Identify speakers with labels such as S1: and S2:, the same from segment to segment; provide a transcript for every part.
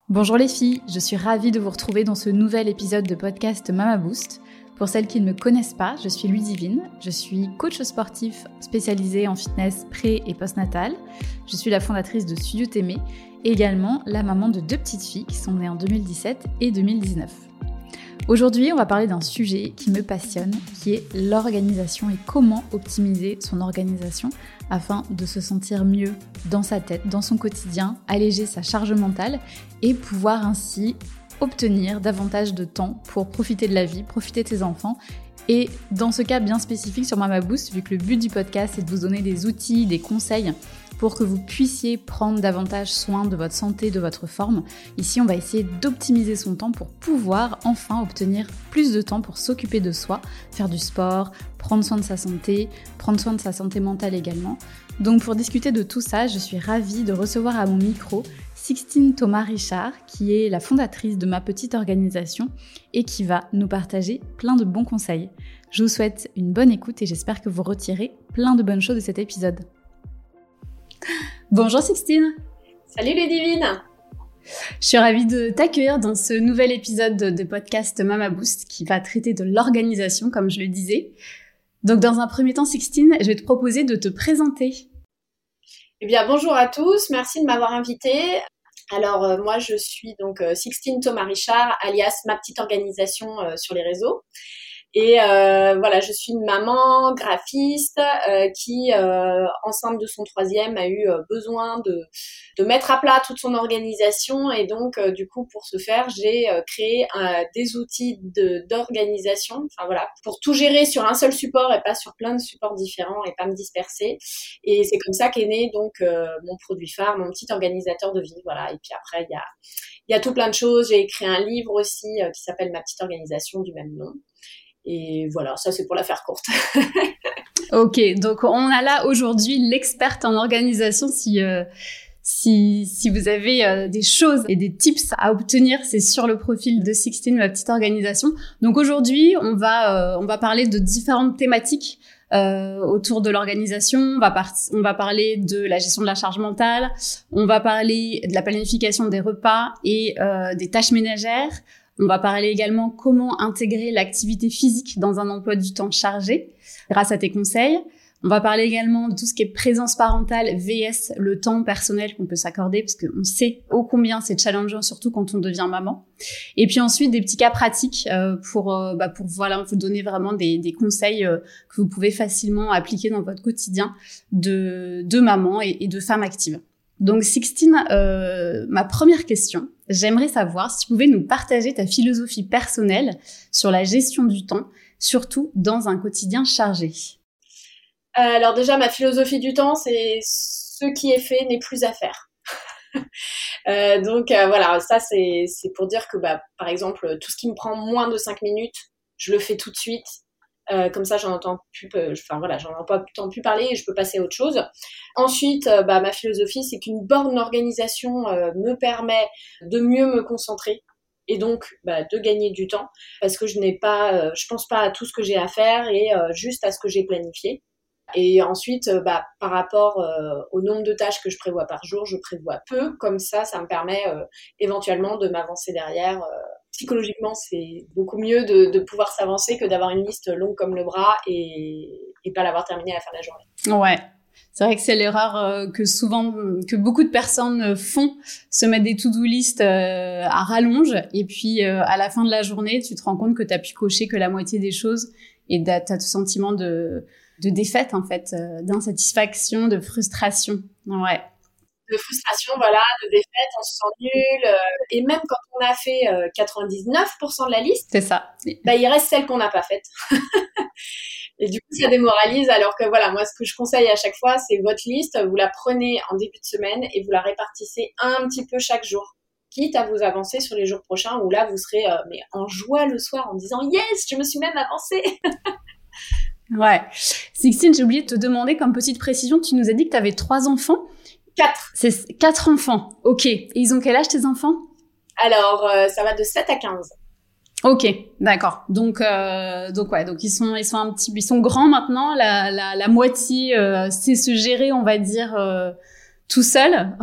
S1: Bonjour les filles, je suis ravie de vous retrouver dans ce nouvel épisode de podcast Mama Boost. Pour celles qui ne me connaissent pas, je suis Ludivine, je suis coach sportif spécialisée en fitness pré- et postnatal. Je suis la fondatrice de Studio Témé et également la maman de 2 petites filles qui sont nées en 2017 et 2019. Aujourd'hui, on va parler d'un sujet qui me passionne, qui est l'organisation et comment optimiser son organisation afin de se sentir mieux dans sa tête, dans son quotidien, alléger sa charge mentale et pouvoir ainsi obtenir davantage de temps pour profiter de la vie, profiter de ses enfants. Et dans ce cas bien spécifique sur Mama Boost, vu que le but du podcast est de vous donner des outils, des conseils pour que vous puissiez prendre davantage soin de votre santé, de votre forme. Ici, on va essayer d'optimiser son temps pour pouvoir enfin obtenir plus de temps pour s'occuper de soi, faire du sport, prendre soin de sa santé, prendre soin de sa santé mentale également. Donc pour discuter de tout ça, je suis ravie de recevoir à mon micro Sixtine Thomas-Richard, qui est la fondatrice de ma petite organisation et qui va nous partager plein de bons conseils. Je vous souhaite une bonne écoute et j'espère que vous retirez plein de bonnes choses de cet épisode. Bonjour Sixtine.
S2: Salut Ludivine.
S1: Je suis ravie de t'accueillir dans ce nouvel épisode de podcast Mama Boost qui va traiter de l'organisation, comme je le disais. Donc dans un premier temps, Sixtine, je vais te proposer de te présenter.
S2: Eh bien, bonjour à tous, merci de m'avoir invitée. Alors, moi, je suis donc Sixtine Thomas-Richard, alias ma petite organisation sur les réseaux. Et voilà, je suis une maman graphiste qui, enceinte de son 3e, a eu besoin de mettre à plat toute son organisation. Et donc, du coup, pour ce faire, j'ai créé des outils d'organisation. Enfin voilà, pour tout gérer sur un seul support et pas sur plein de supports différents et pas me disperser. Et c'est comme ça qu'est né donc mon produit phare, mon petit organisateur de vie. Voilà. Et puis après, il y a tout plein de choses. J'ai écrit un livre aussi qui s'appelle Ma petite organisation du même nom. Et voilà, ça c'est pour la faire courte.
S1: Ok, donc on a là aujourd'hui l'experte en organisation. Si vous avez des choses et des tips à obtenir, c'est sur le profil de Sixtine, ma petite organisation. Donc aujourd'hui, on va parler de différentes thématiques autour de l'organisation. On va parler de la gestion de la charge mentale. On va parler de la planification des repas et des tâches ménagères. On va parler également comment intégrer l'activité physique dans un emploi du temps chargé grâce à tes conseils. On va parler également de tout ce qui est présence parentale vs le temps personnel qu'on peut s'accorder parce qu'on sait ô combien c'est challengeant, surtout quand on devient maman. Et puis ensuite, des petits cas pratiques pour voilà, vous donner vraiment des conseils que vous pouvez facilement appliquer dans votre quotidien de maman et de femme active. Donc Sixtine, ma première question, j'aimerais savoir si tu pouvais nous partager ta philosophie personnelle sur la gestion du temps, surtout dans un quotidien chargé.
S2: Alors déjà, ma philosophie du temps, c'est ce qui est fait n'est plus à faire. Donc voilà, ça c'est pour dire que par exemple, tout ce qui me prend moins de 5 minutes, je le fais tout de suite. Comme ça, j'en entends plus parler et je peux passer à autre chose. Ensuite, ma philosophie, c'est qu'une bonne organisation me permet de mieux me concentrer et donc de gagner du temps parce que je pense pas à tout ce que j'ai à faire et juste à ce que j'ai planifié. Et ensuite, par rapport au nombre de tâches que je prévois par jour, je prévois peu. Comme ça me permet éventuellement de m'avancer derrière. Psychologiquement, c'est beaucoup mieux de pouvoir s'avancer que d'avoir une liste longue comme le bras et pas l'avoir terminée à la fin de la journée.
S1: Ouais, c'est vrai que c'est l'erreur que beaucoup de personnes font, se mettre des to-do list à rallonge et puis à la fin de la journée, tu te rends compte que tu as pu cocher que la moitié des choses et tu as ce sentiment de défaite en fait, d'insatisfaction, de frustration. Ouais.
S2: De frustration, voilà, de défaite, on se sent nul. Et même quand on a fait 99% de la liste,
S1: c'est ça.
S2: Il reste celle qu'on n'a pas faite. Et du coup, ça démoralise. Alors que voilà, moi, ce que je conseille à chaque fois, c'est votre liste. Vous la prenez en début de semaine et vous la répartissez un petit peu chaque jour. Quitte à vous avancer sur les jours prochains où là, vous serez mais en joie le soir en disant « Yes, je me suis même avancée !»
S1: Ouais. Sixtine, j'ai oublié de te demander comme petite précision, tu nous as dit que tu avais 3 enfants.
S2: 4.
S1: C'est 4 enfants. Ok. Et ils ont quel âge tes enfants?
S2: Alors, ça va de 7 à 15.
S1: Ok, d'accord. Donc ils sont grands maintenant. La moitié sait se gérer, on va dire, tout seul.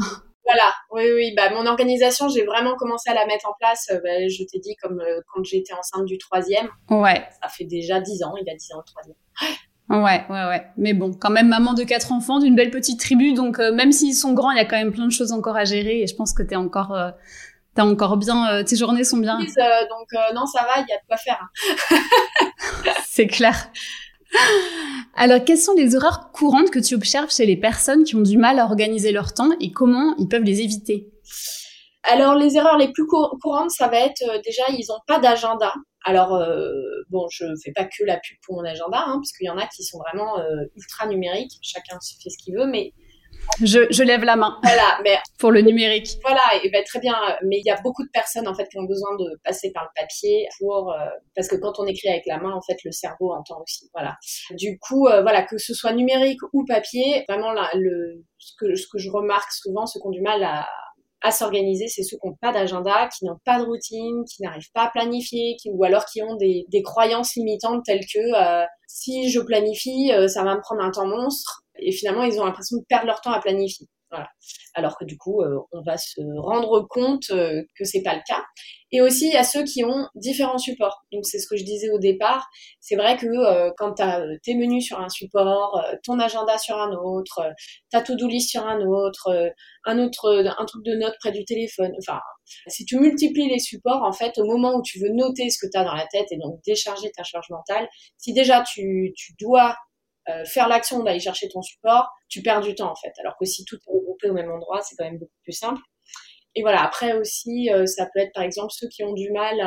S2: Voilà, oui. Bah, mon organisation, j'ai vraiment commencé à la mettre en place. Je t'ai dit, comme quand j'étais enceinte du troisième.
S1: Ouais.
S2: Ça fait déjà 10 ans, il a 10 ans le troisième.
S1: Ouais. Mais bon, quand même, maman de 4 enfants, d'une belle petite tribu. Donc, même s'ils sont grands, il y a quand même plein de choses encore à gérer. Et je pense que t'as encore bien, tes journées sont bien.
S2: Non, ça va, il y a de quoi faire. Hein.
S1: C'est clair. Alors, quelles sont les erreurs courantes que tu observes chez les personnes qui ont du mal à organiser leur temps et comment ils peuvent les éviter?
S2: Alors, les erreurs les plus courantes, ça va être déjà, ils n'ont pas d'agenda. Alors, je fais pas que la pub pour mon agenda, hein, parce qu'il y en a qui sont vraiment ultra numériques. Chacun fait ce qu'il veut, mais
S1: je lève la main.
S2: Voilà, mais
S1: pour le numérique.
S2: Voilà, et ben très bien. Mais il y a beaucoup de personnes en fait qui ont besoin de passer par le papier parce que quand on écrit avec la main, en fait, le cerveau entend aussi. Voilà. Du coup, voilà, que ce soit numérique ou papier, vraiment ce que je remarque souvent, ceux qui ont du mal à s'organiser, c'est ceux qui n'ont pas d'agenda, qui n'ont pas de routine, qui n'arrivent pas à planifier, ou alors qui ont des croyances limitantes telles que si je planifie, ça va me prendre un temps monstre. Et finalement, ils ont l'impression de perdre leur temps à planifier. Voilà. Alors que du coup, on va se rendre compte que c'est pas le cas. Et aussi, il y a ceux qui ont différents supports. Donc, c'est ce que je disais au départ. C'est vrai que quand tu as tes menus sur un support, ton agenda sur un autre, ta to-do list sur un autre, un truc de notes près du téléphone. Enfin, si tu multiplies les supports, en fait, au moment où tu veux noter ce que tu as dans la tête et donc décharger ta charge mentale, si déjà tu dois faire l'action d'aller chercher ton support, tu perds du temps en fait. Alors que si tout est regroupé au même endroit, c'est quand même beaucoup plus simple. Et voilà, après aussi, ça peut être par exemple ceux qui ont du mal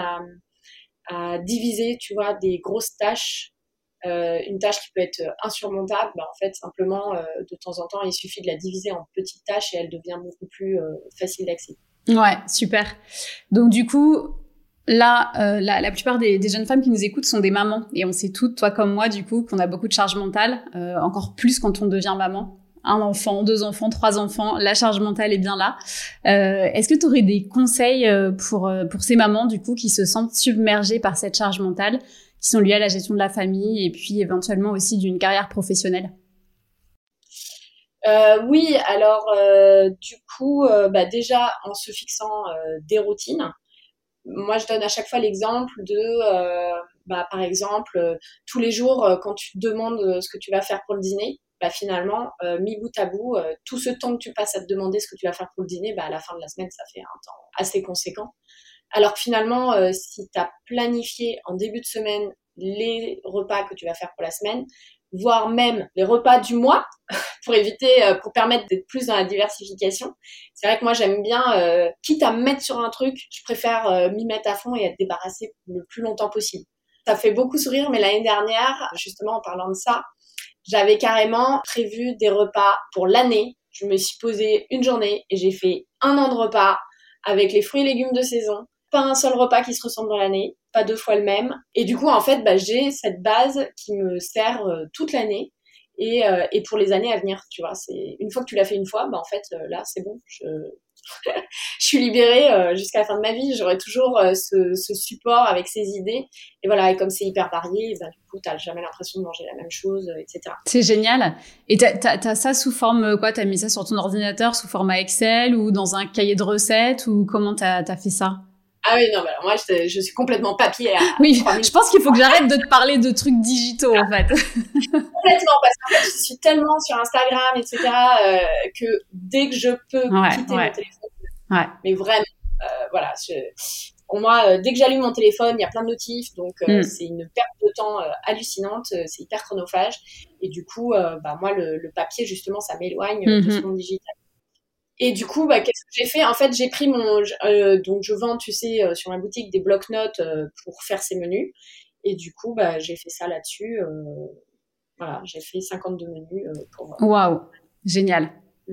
S2: à diviser, tu vois, des grosses tâches. Une tâche qui peut être insurmontable, en fait, simplement, de temps en temps, il suffit de la diviser en petites tâches et elle devient beaucoup plus facile d'accès.
S1: Ouais, super. Donc du coup, là, la plupart des jeunes femmes qui nous écoutent sont des mamans. Et on sait toutes, toi comme moi, du coup, qu'on a beaucoup de charge mentale, encore plus quand on devient maman. 1 enfant, 2 enfants, 3 enfants, la charge mentale est bien là. Est-ce que tu aurais des conseils pour ces mamans, du coup, qui se sentent submergées par cette charge mentale, qui sont liées à la gestion de la famille et puis éventuellement aussi d'une carrière professionnelle?
S2: Oui, alors du coup, déjà en se fixant des routines. Moi, je donne à chaque fois l'exemple de, par exemple, tous les jours, quand tu te demandes ce que tu vas faire pour le dîner, finalement, mis bout à bout, tout ce temps que tu passes à te demander ce que tu vas faire pour le dîner, à la fin de la semaine, ça fait un temps assez conséquent. Alors que finalement, si tu as planifié en début de semaine les repas que tu vas faire pour la semaine, voire même les repas du mois, pour permettre d'être plus dans la diversification. C'est vrai que moi, j'aime bien, quitte à me mettre sur un truc, je préfère m'y mettre à fond et être débarrassée le plus longtemps possible. Ça fait beaucoup sourire, mais l'année dernière, justement, en parlant de ça, j'avais carrément prévu des repas pour l'année. Je me suis posée une journée et j'ai fait 1 an de repas avec les fruits et légumes de saison. Pas un seul repas qui se ressemble dans l'année, pas 2 fois le même. Et du coup, en fait, j'ai cette base qui me sert toute l'année et pour les années à venir, tu vois. C'est une fois que tu l'as fait une fois, en fait, là, c'est bon. Je suis libérée jusqu'à la fin de ma vie. J'aurai toujours ce support avec ces idées. Et voilà, et comme c'est hyper varié, du coup, t'as jamais l'impression de manger la même chose, etc.
S1: C'est génial. Et t'as ça sous forme quoi? T'as mis ça sur ton ordinateur sous format Excel ou dans un cahier de recettes ou comment t'as fait ça?
S2: Ah oui, non, alors moi, je suis complètement papier.
S1: Oui, je pense qu'il faut que j'arrête de te parler de trucs digitaux, en fait.
S2: Complètement, parce qu'en fait, je suis tellement sur Instagram, etc., que dès que je peux quitter mon téléphone, mais vraiment, voilà, pour moi, dès que j'allume mon téléphone, il y a plein de notifs, donc c'est une perte de temps hallucinante, c'est hyper chronophage, et du coup, moi, le papier, justement, ça m'éloigne de ce monde digital. Et du coup, qu'est-ce que j'ai fait? En fait, j'ai pris donc je vends, tu sais, sur ma boutique des bloc-notes pour faire ces menus. Et du coup, j'ai fait ça là-dessus. Voilà, j'ai fait 52 menus pour.
S1: Waouh, génial.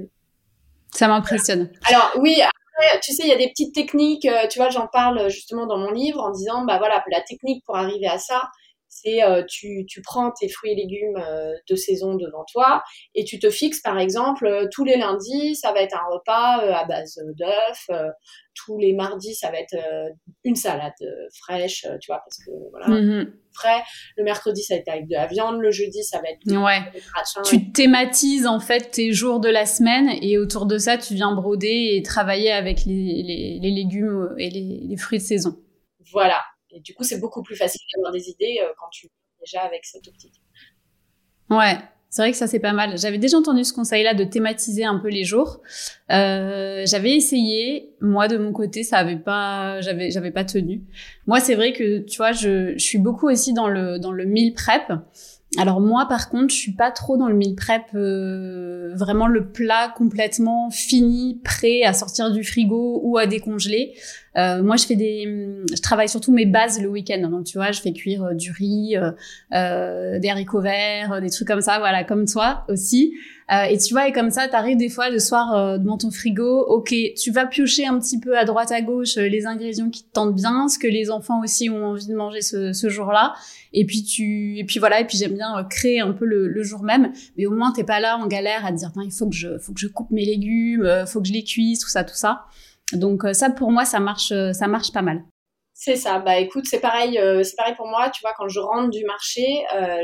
S1: Ça m'impressionne.
S2: Alors oui, après, tu sais, il y a des petites techniques. Tu vois, j'en parle justement dans mon livre en disant, voilà, la technique pour arriver à ça, C'est tu prends tes fruits et légumes de saison devant toi et tu te fixes, par exemple, tous les lundis, ça va être un repas à base d'œufs. Tous les mardis, ça va être une salade fraîche, tu vois, parce que voilà, frais. Le mercredi, ça va être avec de la viande. Le jeudi, ça va être des
S1: gratins. Tu thématises en fait tes jours de la semaine et autour de ça, tu viens broder et travailler avec les légumes et les fruits de saison.
S2: Voilà. Et du coup, c'est beaucoup plus facile d'avoir des idées quand tu es déjà avec cette optique.
S1: Ouais, c'est vrai que ça, c'est pas mal. J'avais déjà entendu ce conseil-là de thématiser un peu les jours. J'avais essayé. Moi, de mon côté, j'avais pas tenu. Moi, c'est vrai que, tu vois, je suis beaucoup aussi dans le meal prep. Alors moi, par contre, je suis pas trop dans le meal prep, vraiment le plat complètement fini, prêt à sortir du frigo ou à décongeler. Moi, je travaille surtout mes bases le week-end. Donc, tu vois, je fais cuire du riz, des haricots verts, des trucs comme ça, voilà, comme toi aussi. Et tu vois, et comme ça, t'arrives des fois le soir devant ton frigo. Ok, tu vas piocher un petit peu à droite à gauche les ingrédients qui te tentent bien, ce que les enfants aussi ont envie de manger ce jour-là. Et puis voilà. Et puis j'aime bien créer un peu le jour même. Mais au moins t'es pas là en galère à te dire, il faut que je coupe mes légumes, faut que je les cuise, tout ça. Donc ça pour moi ça marche pas mal.
S2: C'est ça. Bah écoute, c'est pareil pour moi. Tu vois, quand je rentre du marché,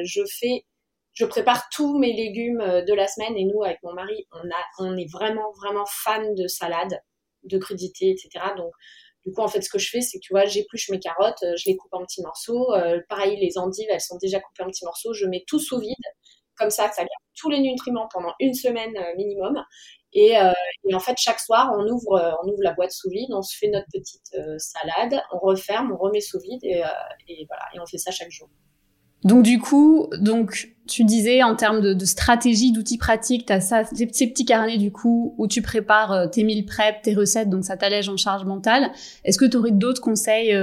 S2: je prépare tous mes légumes de la semaine et nous, avec mon mari, on est vraiment, vraiment fan de salade, de crudités, etc. Donc, du coup, en fait, ce que je fais, c'est que, tu vois, j'épluche mes carottes, je les coupe en petits morceaux. Pareil, les endives, elles sont déjà coupées en petits morceaux. Je mets tout sous vide, comme ça garde tous les nutriments pendant une semaine minimum. Et en fait, chaque soir, on ouvre la boîte sous vide, on se fait notre petite salade, on referme, on remet sous vide et voilà, et on fait ça chaque jour.
S1: Donc du coup, tu disais en termes de stratégie, d'outils pratiques, t'as ça, ces petits carnets du coup où tu prépares tes meal prep, tes recettes, donc ça t'allège en charge mentale. Est-ce que tu aurais d'autres conseils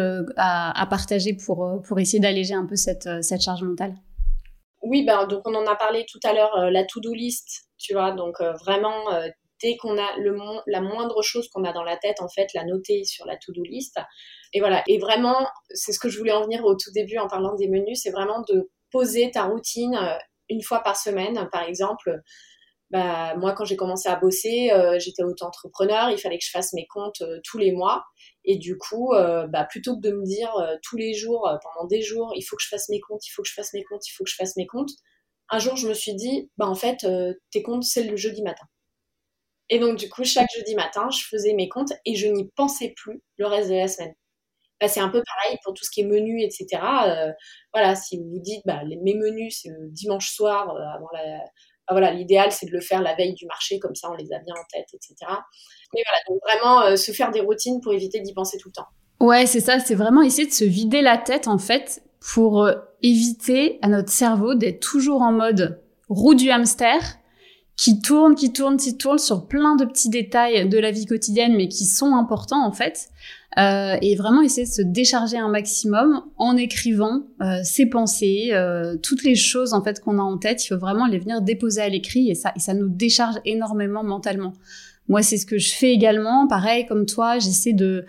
S1: à partager pour essayer d'alléger un peu cette charge mentale?
S2: Oui, donc on en a parlé tout à l'heure, la to-do list, tu vois, donc vraiment dès qu'on a la moindre chose qu'on a dans la tête, en fait, la noter sur la to-do list. Et voilà. Et vraiment, c'est ce que je voulais en venir au tout début en parlant des menus, c'est vraiment de poser ta routine une fois par semaine. Par exemple, moi, quand j'ai commencé à bosser, j'étais auto-entrepreneur, il fallait que je fasse mes comptes tous les mois. Et du coup, plutôt que de me dire tous les jours, pendant des jours, il faut que je fasse mes comptes, il faut que je fasse mes comptes, il faut que je fasse mes comptes, un jour, je me suis dit, en fait, tes comptes, c'est le jeudi matin. Et donc, du coup, chaque jeudi matin, je faisais mes comptes et je n'y pensais plus le reste de la semaine. C'est un peu pareil pour tout ce qui est menu, etc. Voilà, si vous vous dites, mes menus, c'est le dimanche soir, avant voilà, l'idéal, c'est de le faire la veille du marché, comme ça, on les a bien en tête, etc. Mais voilà, donc vraiment, se faire des routines pour éviter d'y penser tout le temps.
S1: Ouais, c'est ça, c'est vraiment essayer de se vider la tête, en fait, pour éviter à notre cerveau d'être toujours en mode roue du hamster, qui tourne sur plein de petits détails de la vie quotidienne, mais qui sont importants, en fait. Et vraiment essayer de se décharger un maximum en écrivant ses pensées, toutes les choses en fait qu'on a en tête. Il faut vraiment les venir déposer à l'écrit et ça nous décharge énormément mentalement. Moi, c'est ce que je fais également. Pareil, comme toi, j'essaie de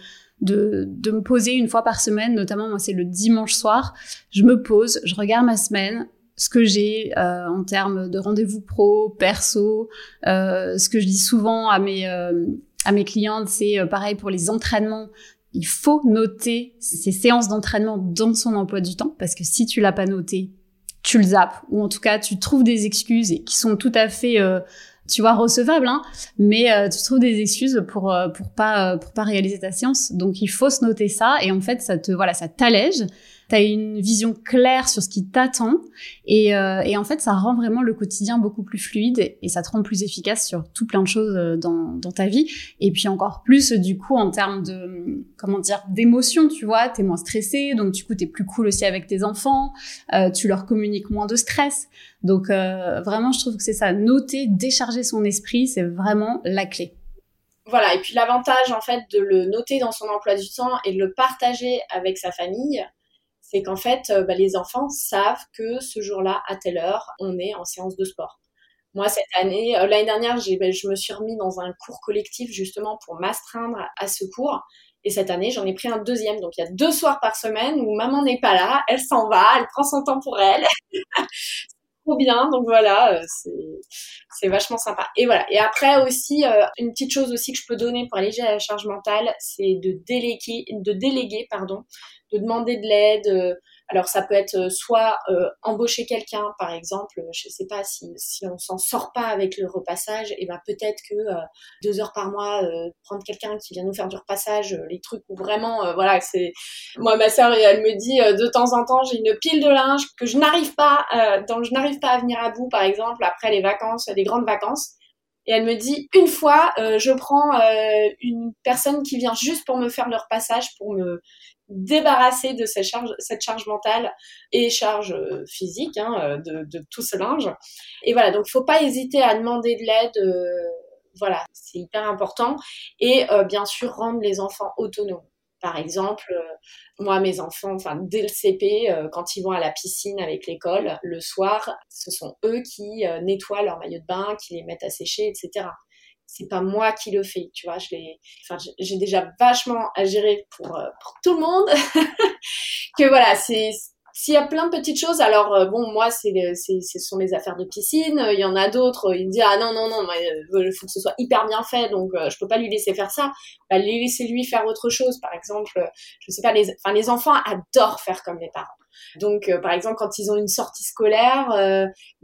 S1: me poser une fois par semaine, notamment moi c'est le dimanche soir. Je me pose, je regarde ma semaine, ce que j'ai en termes de rendez-vous pro, perso, ce que je dis souvent à mes clientes, c'est pareil pour les entraînements. Il faut noter ces séances d'entraînement dans son emploi du temps parce que si tu l'as pas noté, tu le zappes ou en tout cas tu trouves des excuses et qui sont tout à fait tu vois recevables hein, mais tu trouves des excuses pour pas réaliser ta séance. Donc il faut se noter ça et en fait ça t'allège. T'as une vision claire sur ce qui t'attend et en fait ça rend vraiment le quotidien beaucoup plus fluide et ça te rend plus efficace sur tout plein de choses dans ta vie et puis encore plus du coup en termes de d'émotion, tu vois, t'es moins stressé donc du coup t'es plus cool aussi avec tes enfants, tu leur communiques moins de stress donc vraiment je trouve que c'est ça, noter, décharger son esprit, c'est vraiment la clé.
S2: Voilà, et puis l'avantage en fait de le noter dans son emploi du temps et de le partager avec sa famille, c'est qu'en fait, les enfants savent que ce jour-là, à telle heure, on est en séance de sport. Moi, cette année, l'année dernière, je me suis remis dans un cours collectif justement pour m'astreindre à ce cours. Et cette année, j'en ai pris un deuxième. Donc, il y a 2 soirs par semaine où maman n'est pas là, elle s'en va, elle prend son temps pour elle. Trop bien. Donc voilà, c'est vachement sympa. Et voilà. Et après aussi, une petite chose aussi que je peux donner pour alléger la charge mentale, c'est de déléguer, pardon, de demander de l'aide. Alors ça peut être soit embaucher quelqu'un, par exemple, je sais pas, si on s'en sort pas avec le repassage, et ben peut-être que 2 heures par mois, prendre quelqu'un qui vient nous faire du repassage, les trucs où vraiment, voilà, c'est moi ma sœur elle me dit de temps en temps j'ai une pile de linge que je n'arrive pas, dont je n'arrive pas à venir à bout, par exemple après les vacances, les grandes vacances. Et elle me dit, une fois, je prends une personne qui vient juste pour me faire le repassage, pour me débarrasser de cette charge mentale et charge physique de tout ce linge. Et voilà, donc il ne faut pas hésiter à demander de l'aide. Voilà, c'est hyper important. Et bien sûr, rendre les enfants autonomes. Par exemple, moi, mes enfants, dès le CP, quand ils vont à la piscine avec l'école, le soir, ce sont eux qui nettoient leur maillot de bain, qui les mettent à sécher, etc. C'est pas moi qui le fais, tu vois. J'ai déjà vachement à gérer pour tout le monde. Que voilà, s'il y a plein de petites choses, alors bon, moi, ce sont les affaires de piscine. Il y en a d'autres, ils me disent, ah non, il faut que ce soit hyper bien fait, donc je peux pas lui laisser faire ça. Bah, laissez-lui faire autre chose, par exemple. Je sais pas, les enfants adorent faire comme les parents. Donc, par exemple, quand ils ont une sortie scolaire,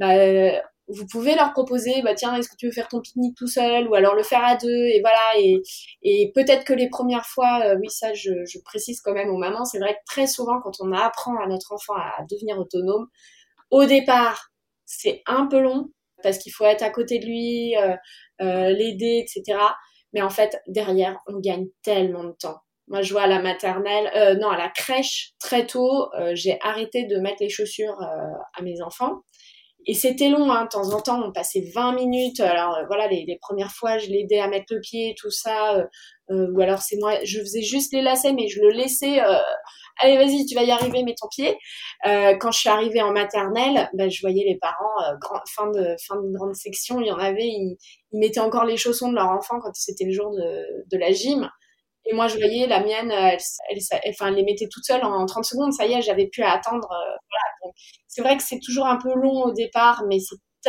S2: vous pouvez leur proposer, tiens, est-ce que tu veux faire ton pique-nique tout seul, ou alors le faire à deux, et voilà, et peut-être que les premières fois, oui, ça, je précise quand même aux mamans, c'est vrai que très souvent, quand on apprend à notre enfant à devenir autonome, au départ, c'est un peu long, parce qu'il faut être à côté de lui, l'aider, etc. Mais en fait, derrière, on gagne tellement de temps. Moi, je vois à la maternelle, à la crèche, très tôt, j'ai arrêté de mettre les chaussures à mes enfants. Et c'était long, de temps en temps, on passait 20 minutes. Alors voilà, les premières fois, je l'aidais à mettre le pied, tout ça. Ou alors c'est moi, je faisais juste les lacets, mais je le laissais. Allez, vas-y, tu vas y arriver, mets ton pied. Quand je suis arrivée en maternelle, je voyais les parents, fin de grande section, il y en avait, ils mettaient encore les chaussons de leur enfant quand c'était le jour de la gym. Et moi, je voyais la mienne, elle les mettait toute seule en 30 secondes. Ça y est, j'avais plus à attendre. Voilà. Donc, c'est vrai que c'est toujours un peu long au départ, mais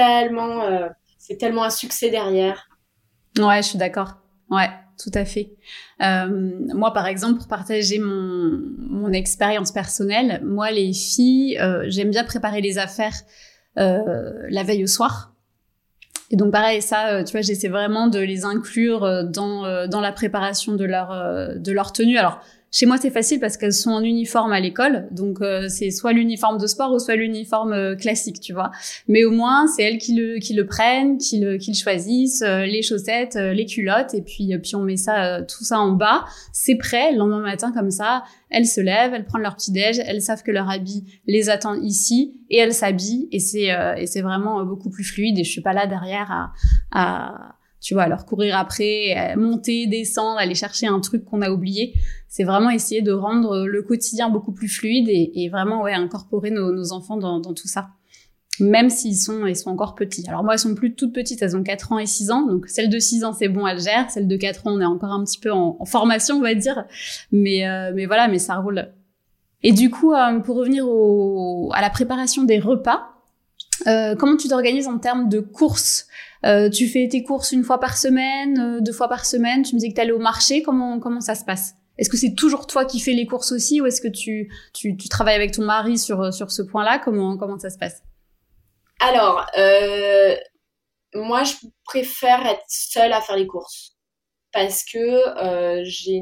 S2: c'est tellement un succès derrière.
S1: Ouais, je suis d'accord. Ouais, tout à fait. Moi, par exemple, pour partager mon expérience personnelle, moi, les filles, j'aime bien préparer les affaires la veille au soir. Et donc pareil, ça, tu vois, j'essaie vraiment de les inclure dans la préparation de leur tenue. Alors chez moi, c'est facile parce qu'elles sont en uniforme à l'école, donc c'est soit l'uniforme de sport ou soit l'uniforme classique, tu vois. Mais au moins, c'est elles qui le prennent, qui le choisissent, les chaussettes, les culottes, et puis on met ça tout ça en bas. C'est prêt le lendemain matin comme ça. Elles se lèvent, elles prennent leur petit déj, elles savent que leur habit les attend ici et elles s'habillent, et c'est vraiment beaucoup plus fluide, et je suis pas là derrière à tu vois, leur courir après, monter, descendre, aller chercher un truc qu'on a oublié. C'est vraiment essayer de rendre le quotidien beaucoup plus fluide et vraiment incorporer nos enfants dans tout ça. Même s'ils sont encore petits. Alors moi, elles sont plus toutes petites, elles ont 4 ans et 6 ans. Donc celle de 6 ans, c'est bon, elle gère. Celle de 4 ans, on est encore un petit peu en formation, on va dire. Mais voilà, mais ça roule. Et du coup, pour revenir à la préparation des repas, comment tu t'organises en termes de courses? Tu fais tes courses 1 fois par semaine, 2 fois par semaine? Tu me disais que tu allais au marché. Comment ça se passe? Est-ce que c'est toujours toi qui fais les courses aussi, ou est-ce que tu travailles avec ton mari sur ce point-là? Comment ça se passe?
S2: Alors, moi, je préfère être seule à faire les courses parce que j'ai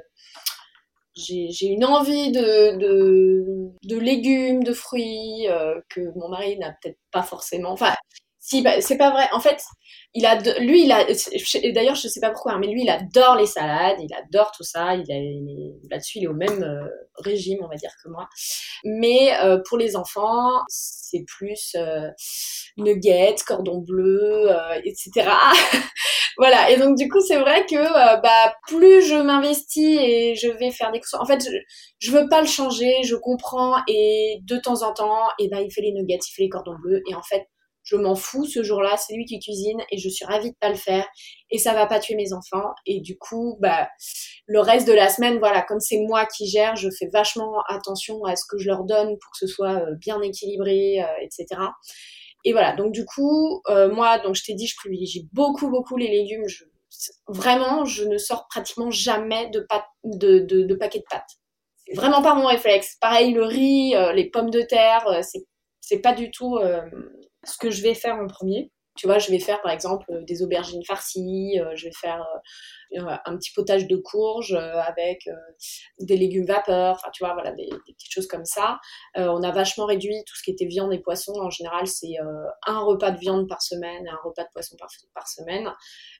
S2: une envie de légumes, de fruits que mon mari n'a peut-être pas forcément. Enfin, si, c'est pas vrai. En fait, d'ailleurs, je sais pas pourquoi, mais lui, il adore les salades, il adore tout ça. Là-dessus, il est au même régime, on va dire, que moi. Mais pour les enfants, c'est plus nuggets, cordon bleu, etc. Voilà, et donc du coup c'est vrai que plus je m'investis et je vais faire des courses, en fait je veux pas le changer, je comprends, et de temps en temps il fait les nuggets, il fait les cordons bleus, et en fait je m'en fous, ce jour-là, c'est lui qui cuisine et je suis ravie de pas le faire et ça va pas tuer mes enfants. Et du coup, le reste de la semaine, voilà, comme c'est moi qui gère, je fais vachement attention à ce que je leur donne pour que ce soit bien équilibré, etc. Et voilà, donc du coup, moi, donc je t'ai dit, je privilégie beaucoup, beaucoup les légumes. Vraiment, je ne sors pratiquement jamais de paquets de pâtes. C'est vraiment pas mon réflexe. Pareil, le riz, les pommes de terre, c'est pas du tout ce que je vais faire en premier. Tu vois, je vais faire par exemple des aubergines farcies, je vais faire un petit potage de courges avec des légumes vapeur, enfin tu vois, voilà, des petites choses comme ça. On a vachement réduit tout ce qui était viande et poisson. En général, c'est un repas de viande par semaine et un repas de poisson par semaine.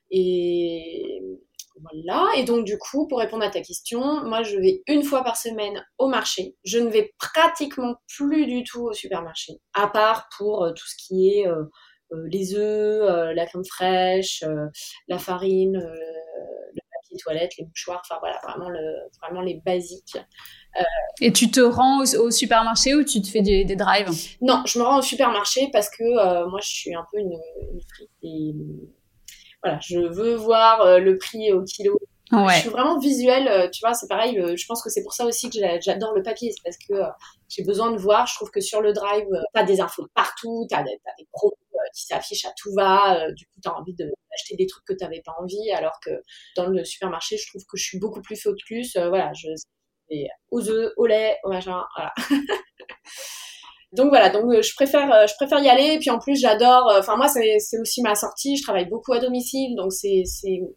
S2: Et voilà, et donc du coup, pour répondre à ta question, moi je vais une fois par semaine au marché. Je ne vais pratiquement plus du tout au supermarché, à part pour tout ce qui est les œufs, la crème fraîche, la farine, le papier toilette, les mouchoirs, enfin voilà, vraiment les basiques.
S1: Et tu te rends au supermarché ou tu te fais des drives?
S2: Non, je me rends au supermarché parce que moi je suis un peu une frite et voilà, je veux voir le prix au kilo.
S1: Ouais.
S2: Je suis vraiment visuelle, tu vois, c'est pareil, je pense que c'est pour ça aussi que j'adore le papier, c'est parce que j'ai besoin de voir, je trouve que sur le drive, t'as des infos partout, t'as des promos qui s'affichent à tout va, du coup t'as envie d'acheter des trucs que t'avais pas envie, alors que dans le supermarché, je trouve que je suis beaucoup plus focus, voilà, et aux œufs, au lait, au machin, voilà. Donc voilà, je préfère y aller. Et puis en plus, j'adore. Enfin moi, c'est aussi ma sortie. Je travaille beaucoup à domicile, donc c'est.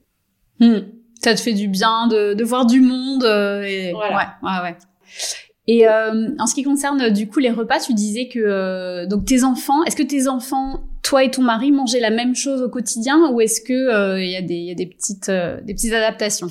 S1: Ça te fait du bien de voir du monde. Et...
S2: Voilà.
S1: Ouais. Et en ce qui concerne du coup les repas, tu disais que donc tes enfants, est-ce que tes enfants, toi et ton mari, mangeaient la même chose au quotidien ou est-ce que il y a des petites adaptations?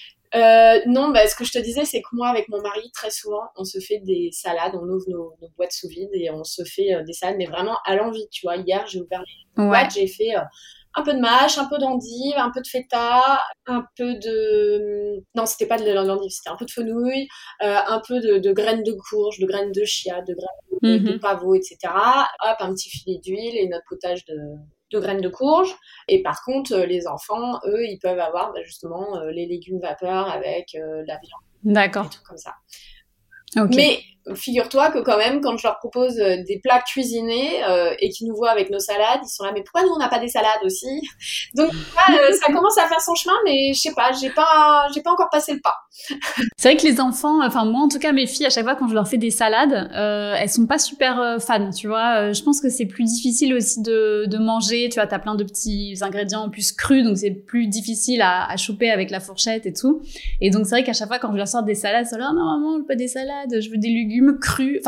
S2: Non, ce que je te disais, c'est que moi, avec mon mari, très souvent, on se fait des salades, on ouvre nos boîtes sous vide et on se fait des salades, mais vraiment à l'envie, tu vois. Hier, j'ai ouvert les boîtes, j'ai fait un peu de mâche, un peu d'endive, un peu de feta, un peu de... Non, c'était pas de l'endive, c'était un peu de fenouil, un peu de graines de courge, de graines de chia, de graines de pavot, etc. Hop, un petit filet d'huile et notre potage de graines de courge. Et par contre, les enfants, eux, ils peuvent avoir justement les légumes vapeur avec la viande.
S1: D'accord.
S2: Des trucs comme ça.
S1: Okay.
S2: Mais figure-toi que quand même, quand je leur propose des plats cuisinés et qu'ils nous voient avec nos salades, ils sont là, mais pourquoi nous on n'a pas des salades aussi? Donc ça commence à faire son chemin, mais je sais pas, j'ai pas encore passé le pas.
S1: C'est vrai que les enfants, enfin moi en tout cas mes filles, à chaque fois quand je leur fais des salades, elles sont pas super fans, tu vois. Je pense que c'est plus difficile aussi de manger, tu vois, t'as plein de petits ingrédients en plus crus, donc c'est plus difficile à choper avec la fourchette et tout. Et donc c'est vrai qu'à chaque fois quand je leur sors des salades, elles sont là, non maman, je veux pas des salades, je veux des légumes crus,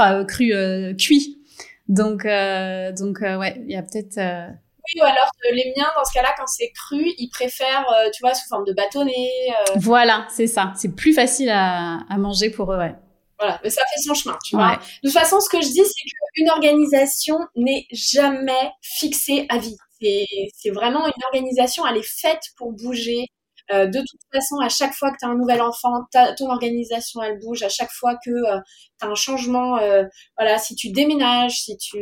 S1: cuits. Donc ouais, il y a peut-être...
S2: Oui, ou alors les miens, dans ce cas-là, quand c'est cru, ils préfèrent, tu vois, sous forme de bâtonnet.
S1: Voilà, c'est ça. C'est plus facile à manger pour eux, ouais.
S2: Voilà, mais ça fait son chemin, tu vois. De toute façon, ce que je dis, c'est qu'une organisation n'est jamais fixée à vie. C'est vraiment une organisation, elle est faite pour bouger. De toute façon, à chaque fois que tu as un nouvel enfant, ton organisation, elle bouge. À chaque fois que tu as un changement, voilà, si tu déménages, si tu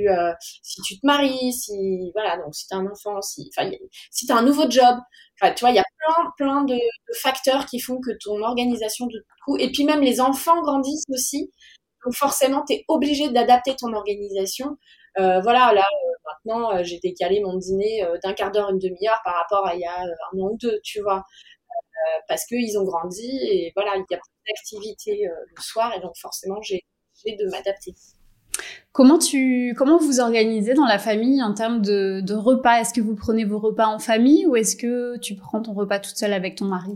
S2: te maries, voilà, donc si tu as un enfant, si tu as un nouveau job, tu vois, il y a plein de facteurs qui font que ton organisation, de coup, et puis même les enfants grandissent aussi. Donc forcément, tu es obligé d'adapter ton organisation. Voilà, là, maintenant, j'ai décalé mon dîner d'un quart d'heure, une demi-heure par rapport à il y a un an ou deux, tu vois. Parce qu'ils ont grandi et voilà, il y a plus d'activités le soir et donc forcément, j'ai de m'adapter.
S1: Comment vous organisez dans la famille en termes de repas? Est-ce que vous prenez vos repas en famille ou est-ce que tu prends ton repas toute seule avec ton mari?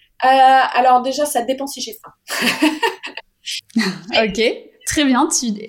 S2: Alors déjà, ça dépend si j'ai faim.
S1: Ok, très bien.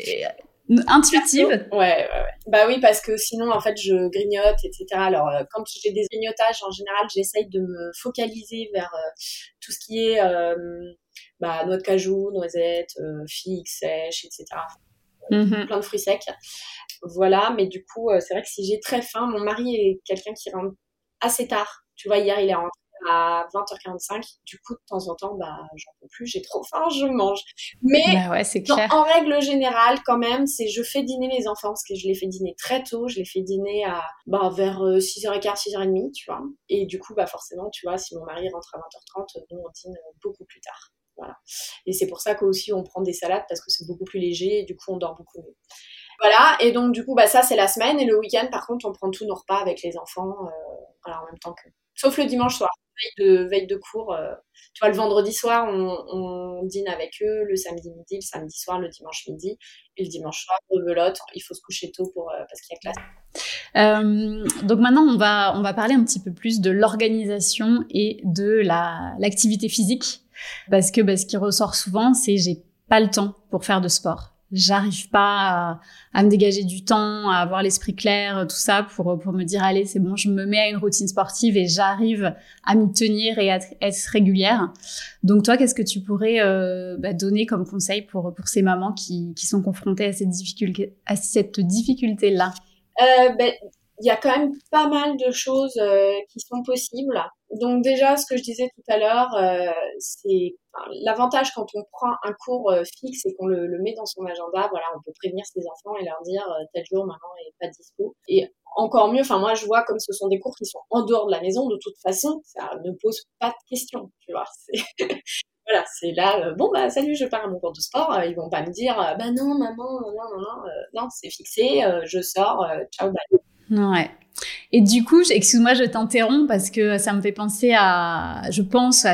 S1: Intuitive.
S2: Ouais. Bah oui, parce que sinon, en fait, je grignote, etc. Alors, quand j'ai des grignotages, en général, j'essaye de me focaliser vers tout ce qui est noix de cajou, noisettes, figues sèches, etc. Plein de fruits secs. Voilà, mais du coup, c'est vrai que si j'ai très faim, mon mari est quelqu'un qui rentre assez tard. Tu vois, hier, il est rentré à 20h45. Du coup, de temps en temps, j'en peux plus, j'ai trop faim, je mange. Mais
S1: ouais, c'est clair.
S2: en règle générale, quand même, je fais dîner mes enfants parce que je les fais dîner très tôt. Je les fais dîner vers 6h15, 6h30, tu vois. Et du coup, forcément, tu vois, si mon mari rentre à 20h30, nous, on dîne beaucoup plus tard. Voilà. Et c'est pour ça qu'aussi, on prend des salades parce que c'est beaucoup plus léger et du coup, on dort beaucoup mieux. Voilà, et donc du coup, ça c'est la semaine, et le week-end, par contre, on prend tous nos repas avec les enfants, en même temps que... Sauf le dimanche soir, veille de cours. Tu vois, le vendredi soir, on dîne avec eux, le samedi midi, le samedi soir, le dimanche midi, et le dimanche soir, rebelote, il faut se coucher tôt parce qu'il y a classe.
S1: Donc maintenant, on va parler un petit peu plus de l'organisation et de l'activité physique, parce que ce qui ressort souvent, c'est j'ai pas le temps pour faire de sport. J'arrive pas à me dégager du temps, à avoir l'esprit clair, tout ça pour me dire allez, c'est bon, je me mets à une routine sportive et j'arrive à m'y tenir et à être régulière. Donc toi, qu'est-ce que tu pourrais donner comme conseil pour ces mamans qui sont confrontées à cette difficulté-là?
S2: Il y a quand même pas mal de choses qui sont possibles. Donc déjà, ce que je disais tout à l'heure, c'est l'avantage quand on prend un cours fixe et qu'on le met dans son agenda. Voilà, on peut prévenir ses enfants et leur dire tel jour, maman est pas dispo. Et encore mieux, moi je vois comme ce sont des cours qui sont en dehors de la maison, de toute façon, ça ne pose pas de questions, tu vois. Voilà, c'est là, salut, je pars à mon cours de sport. Ils vont pas me dire, non, maman, non, c'est fixé, je sors, ciao, bye.
S1: Ouais. Et du coup, excuse-moi, je t'interromps parce que ça me fait penser je pense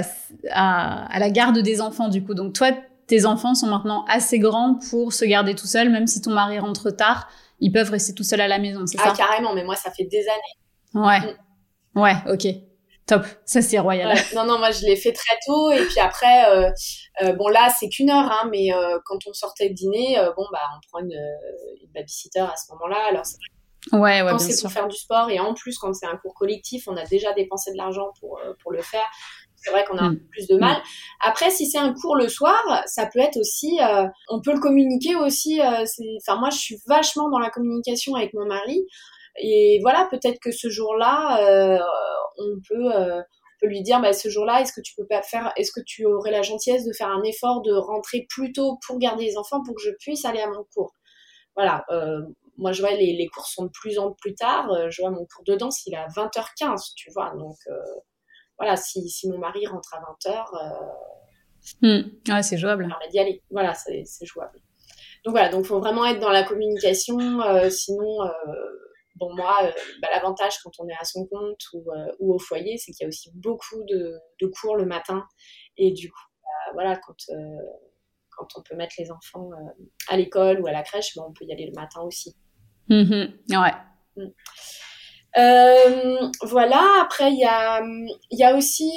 S1: à la garde des enfants, du coup. Donc toi, tes enfants sont maintenant assez grands pour se garder tout seuls, même si ton mari rentre tard, ils peuvent rester tout seuls à la maison, c'est ça?
S2: Ah, carrément, mais moi, ça fait des années.
S1: Ouais. Ouais, ok. Top, ça c'est royal.
S2: Ouais. Non, moi je l'ai fait très tôt et puis après, là c'est qu'1 heure, hein, mais quand on sortait de dîner, on prend une babysitter à ce moment-là. Alors c'est vrai, quand c'est pour faire du sport et en plus quand c'est un cours collectif, on a déjà dépensé de l'argent pour le faire. C'est vrai qu'on a un peu plus de mal. Après, si c'est un cours le soir, ça peut être aussi, on peut le communiquer aussi. Moi je suis vachement dans la communication avec mon mari. Et voilà, peut-être que ce jour-là, on peut lui dire, ce jour-là, est-ce que tu aurais la gentillesse de faire un effort de rentrer plus tôt pour garder les enfants pour que je puisse aller à mon cours. Voilà, moi je vois les cours sont de plus en plus tard, je vois mon cours de danse, il est à 20h15, tu vois, donc voilà, si mon mari rentre à 20h,
S1: ouais, c'est jouable.
S2: Ça permet d'y aller, voilà, c'est jouable. Donc voilà, donc faut vraiment être dans la communication, sinon... moi, l'avantage quand on est à son compte ou au foyer, c'est qu'il y a aussi beaucoup de cours le matin. Et du coup, quand on peut mettre les enfants à l'école ou à la crèche, on peut y aller le matin aussi.
S1: Ouais.
S2: Voilà, après, il y a aussi...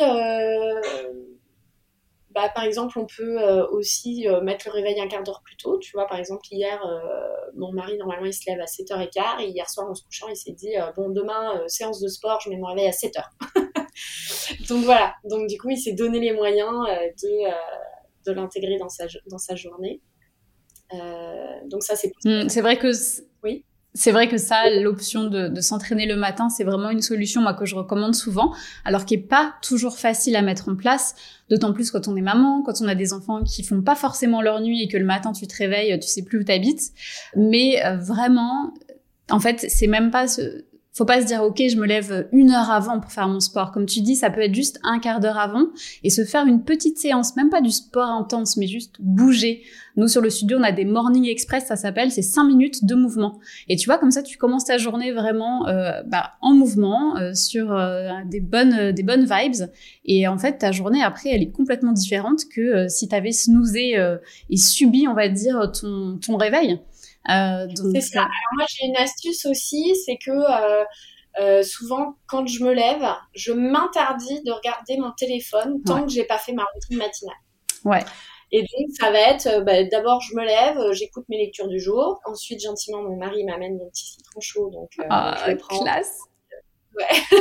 S2: par exemple, on peut aussi mettre le réveil un quart d'heure plus tôt. Tu vois, par exemple, hier, mon mari, normalement, il se lève à 7h15. Et hier soir, en se couchant, il s'est dit, demain, séance de sport, je mets mon réveil à 7h. Donc voilà. Donc du coup, il s'est donné les moyens de l'intégrer dans sa journée. Donc ça, c'est possible.
S1: C'est vrai que...
S2: Oui.
S1: C'est vrai que ça, l'option de s'entraîner le matin, c'est vraiment une solution, moi, que je recommande souvent, alors qui est pas toujours facile à mettre en place, d'autant plus quand on est maman, quand on a des enfants qui font pas forcément leur nuit et que le matin tu te réveilles, tu sais plus où t'habites. Mais vraiment, en fait, c'est même pas faut pas se dire, ok, je me lève 1 heure avant pour faire mon sport. Comme tu dis, ça peut être juste un quart d'heure avant et se faire une petite séance, même pas du sport intense, mais juste bouger. Nous, sur le studio, on a des morning express, ça s'appelle, c'est 5 minutes de mouvement. Et tu vois, comme ça, tu commences ta journée vraiment en mouvement, sur des bonnes vibes. Et en fait, ta journée, après, elle est complètement différente que si t'avais snoozé et subi, on va dire, ton réveil.
S2: C'est ça. Alors moi j'ai une astuce aussi, c'est que souvent quand je me lève, je m'interdis de regarder mon téléphone tant que j'ai pas fait ma routine matinale.
S1: Ouais.
S2: Et donc ça va être d'abord je me lève, j'écoute mes lectures du jour, ensuite gentiment mon mari m'amène mon petit citron chaud, donc je le prends.
S1: Classe.
S2: Ouais.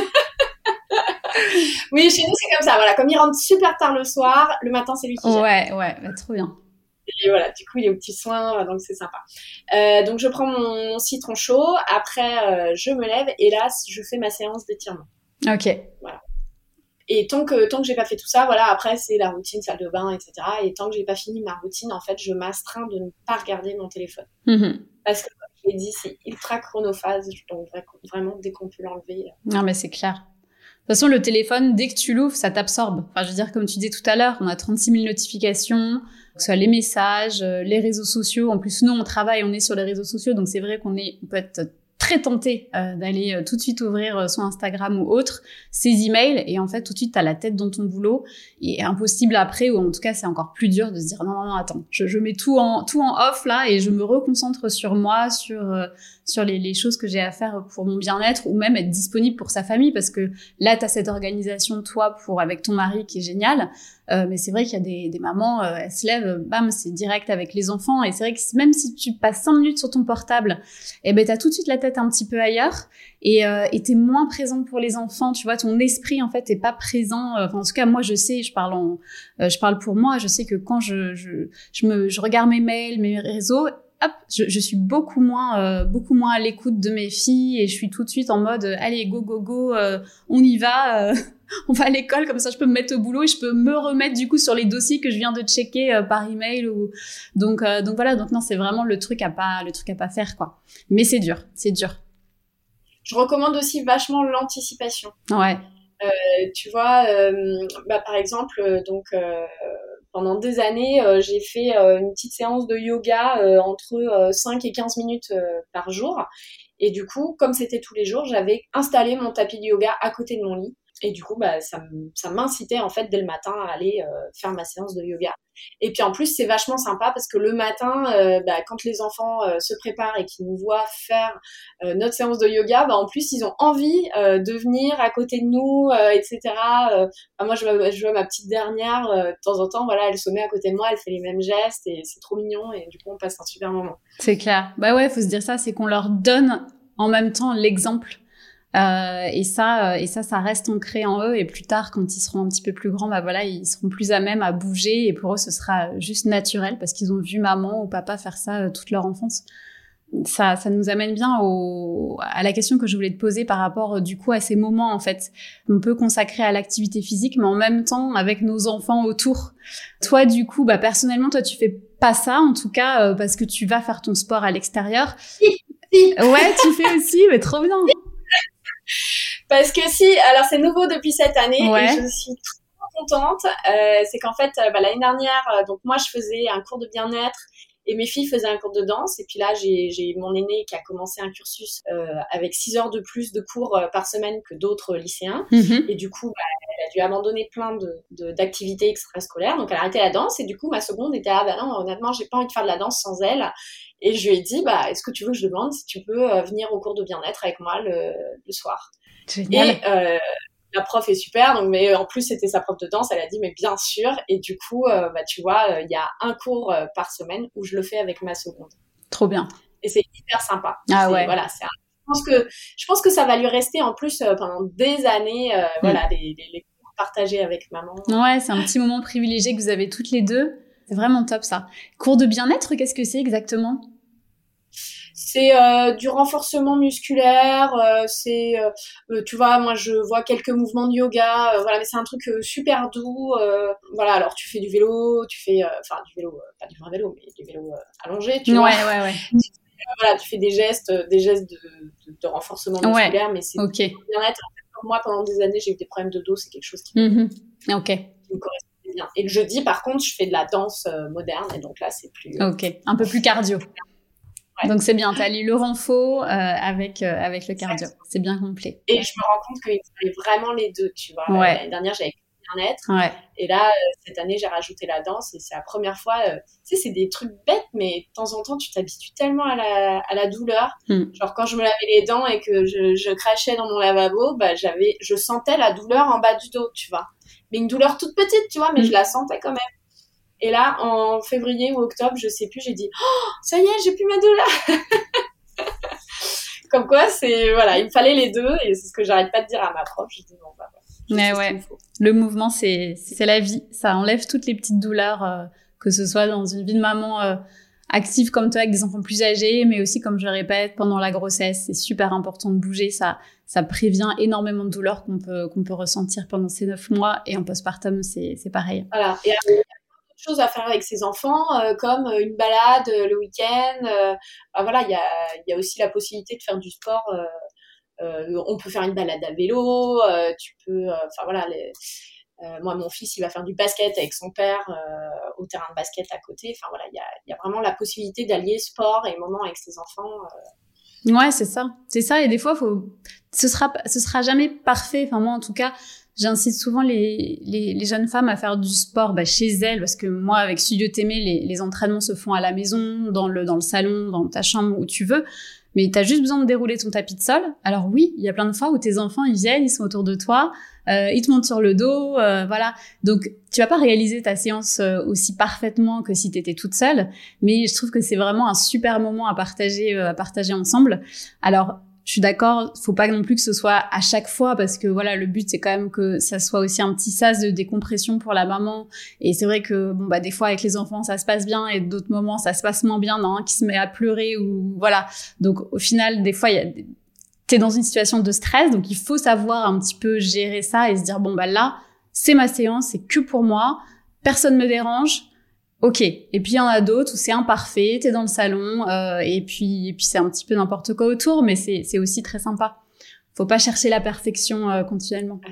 S2: Oui, chez nous c'est comme ça. Voilà, comme il rentre super tard le soir, le matin c'est lui qui gère.
S1: Ouais, trop bien.
S2: Et voilà, du coup, il est aux petits soins, donc c'est sympa. Donc, je prends mon citron chaud. Après, je me lève et là, je fais ma séance d'étirement.
S1: Ok.
S2: Voilà. Et tant que j'ai pas fait tout ça, voilà, après c'est la routine salle de bain, etc. Et tant que j'ai pas fini ma routine, en fait, je m'astreins de ne pas regarder mon téléphone. Parce que, comme je l'ai dit, c'est ultra chronophage, donc vraiment, dès qu'on peut l'enlever.
S1: Non, mais c'est clair. De toute façon, le téléphone, dès que tu l'ouvres, ça t'absorbe. Enfin, je veux dire, comme tu disais tout à l'heure, on a 36 000 notifications, que ce soit les messages, les réseaux sociaux. En plus, nous, on travaille, on est sur les réseaux sociaux, donc c'est vrai qu'on peut être très tenté d'aller tout de suite ouvrir son Instagram ou autre, ses emails, et en fait, tout de suite, t'as la tête dans ton boulot, et impossible après, ou en tout cas, c'est encore plus dur de se dire non, attends, je mets tout en off là, et je me reconcentre sur moi, sur les choses que j'ai à faire pour mon bien-être, ou même être disponible pour sa famille, parce que là, t'as cette organisation, toi, avec ton mari, qui est géniale, mais c'est vrai qu'il y a des mamans, elles se lèvent, bam, c'est direct avec les enfants, et c'est vrai que même si tu passes 5 minutes sur ton portable, eh ben, t'as tout de suite la tête un petit peu ailleurs, et t'es moins présente pour les enfants, tu vois, ton esprit, en fait, est pas présent, en tout cas, moi, je sais, je parle pour moi, je sais que quand je regarde mes mails, mes réseaux, hop, je suis beaucoup moins à l'écoute de mes filles, et je suis tout de suite en mode allez, go, on y va, on va à l'école, comme ça je peux me mettre au boulot et je peux me remettre du coup sur les dossiers que je viens de checker par email donc voilà, donc non, c'est vraiment le truc à pas faire, quoi. Mais c'est dur.
S2: Je recommande aussi vachement l'anticipation.
S1: Ouais.
S2: Tu vois, par exemple, pendant des années, j'ai fait une petite séance de yoga entre 5 et 15 minutes par jour. Et du coup, comme c'était tous les jours, j'avais installé mon tapis de yoga à côté de mon lit. Et du coup, ça m'incitait en fait dès le matin à aller faire ma séance de yoga. Et puis en plus, c'est vachement sympa parce que le matin, quand les enfants se préparent et qu'ils nous voient faire notre séance de yoga, en plus, ils ont envie de venir à côté de nous, etc. Moi, je vois ma petite dernière, de temps en temps, voilà, elle se met à côté de moi, elle fait les mêmes gestes et c'est trop mignon. Et du coup, on passe un super moment.
S1: C'est clair. Bah ouais, faut se dire ça, c'est qu'on leur donne en même temps l'exemple. Et ça reste ancré en eux, et plus tard, quand ils seront un petit peu plus grands, voilà, ils seront plus à même à bouger, et pour eux, ce sera juste naturel parce qu'ils ont vu maman ou papa faire ça toute leur enfance. Ça nous amène bien à la question que je voulais te poser par rapport du coup à ces moments, en fait, qu'on peut consacrer à l'activité physique, mais en même temps avec nos enfants autour. Toi, du coup, personnellement, toi, tu fais pas ça, en tout cas, parce que tu vas faire ton sport à l'extérieur. Ouais, tu fais aussi, mais trop bien.
S2: Parce que alors c'est nouveau depuis cette année, ouais. Et je suis trop contente. C'est qu'en fait, l'année dernière, donc moi je faisais un cours de bien-être et mes filles faisaient un cours de danse. Et puis là, j'ai mon aînée qui a commencé un cursus avec 6 heures de plus de cours par semaine que d'autres lycéens. Et du coup, elle a dû abandonner plein d'activités extrascolaires. Donc elle a arrêté la danse. Et du coup, ma seconde était non, honnêtement, j'ai pas envie de faire de la danse sans elle. Et je lui ai dit, est-ce que tu veux que je demande si tu peux venir au cours de bien-être avec moi le soir. Génial. Et la prof est super, donc, mais en plus c'était sa prof de danse, elle a dit mais bien sûr, et du coup tu vois, il y a un cours par semaine où je le fais avec ma seconde.
S1: Trop bien.
S2: Et c'est hyper sympa.
S1: Ouais.
S2: Voilà, je pense que ça va lui rester en plus pendant des années, voilà, les cours partagés avec maman.
S1: Ouais, c'est un petit moment privilégié que vous avez toutes les deux. C'est vraiment top ça. Cours de bien-être, qu'est-ce que c'est exactement ?
S2: C'est du renforcement musculaire, tu vois, moi je vois quelques mouvements de yoga, voilà, mais c'est un truc super doux, voilà, alors tu fais du vélo, du vélo, pas du vrai vélo, mais du vélo allongé, tu vois.
S1: Ouais.
S2: Voilà, tu fais des gestes de renforcement musculaire, mais c'est
S1: okay.
S2: bien-être. En fait, pour moi, pendant des années, j'ai eu des problèmes de dos, c'est quelque chose qui
S1: me
S2: correspondait bien. Et le jeudi, par contre, je fais de la danse moderne, et donc là, c'est plus...
S1: Ok, un peu plus cardio. Ouais. Donc c'est bien, tu allies le renfo avec le cardio. C'est bien complet.
S2: Et je me rends compte qu'il fallait vraiment les deux, tu vois.
S1: Ouais.
S2: L'année dernière, j'avais bien-être.
S1: Ouais.
S2: Et là, cette année, j'ai rajouté la danse. Et c'est la première fois, tu sais, c'est des trucs bêtes, mais de temps en temps, tu t'habitues tellement à la douleur. Genre, quand je me lavais les dents et que je crachais dans mon lavabo, je sentais la douleur en bas du dos, tu vois. Mais une douleur toute petite, tu vois, mais je la sentais quand même. Et là, en février ou octobre, je sais plus, j'ai dit « Oh, ça y est, j'ai plus ma douleur !» Comme quoi, voilà, il me fallait les deux, et c'est ce que j'arrête pas de dire à ma prof. Je dis « Bon, voilà. »
S1: Mais ouais, le mouvement, c'est la vie. Ça enlève toutes les petites douleurs, que ce soit dans une vie de maman actifs comme toi avec des enfants plus âgés, mais aussi, comme je le répète, pendant la grossesse, c'est super important de bouger. Ça prévient énormément de douleurs qu'on peut ressentir pendant ces 9 mois. Et en postpartum, c'est pareil.
S2: Voilà. Et il y a d'autres choses à faire avec ses enfants, comme une balade le week-end. Voilà, il y a aussi la possibilité de faire du sport. On peut faire une balade à vélo. Tu peux, enfin voilà. Moi, mon fils, il va faire du basket avec son père au terrain de basket à côté. Enfin voilà, il y a vraiment la possibilité d'allier sport et moment avec ses enfants.
S1: Ouais, c'est ça. C'est ça. Et des fois, ce sera jamais parfait. Enfin, moi, en tout cas, j'incite souvent les jeunes femmes à faire du sport, chez elles, parce que moi, avec Studio Témé, les entraînements se font à la maison, dans le salon, dans ta chambre, où tu veux. Mais t'as juste besoin de dérouler ton tapis de sol. Alors oui, il y a plein de fois où tes enfants, ils viennent, ils sont autour de toi, ils te montent sur le dos, voilà. Donc, tu vas pas réaliser ta séance aussi parfaitement que si t'étais toute seule, mais je trouve que c'est vraiment un super moment à partager ensemble. Alors, je suis d'accord, faut pas non plus que ce soit à chaque fois, parce que voilà, le but c'est quand même que ça soit aussi un petit sas de décompression pour la maman. Et c'est vrai que des fois avec les enfants ça se passe bien et d'autres moments ça se passe moins bien, qui se met à pleurer ou voilà. Donc au final des fois t'es dans une situation de stress, donc il faut savoir un petit peu gérer ça et se dire là c'est ma séance, c'est que pour moi, personne me dérange. Ok. Et puis il y en a d'autres où c'est imparfait, t'es dans le salon, et puis c'est un petit peu n'importe quoi autour, mais c'est aussi très sympa. Faut pas chercher la perfection continuellement.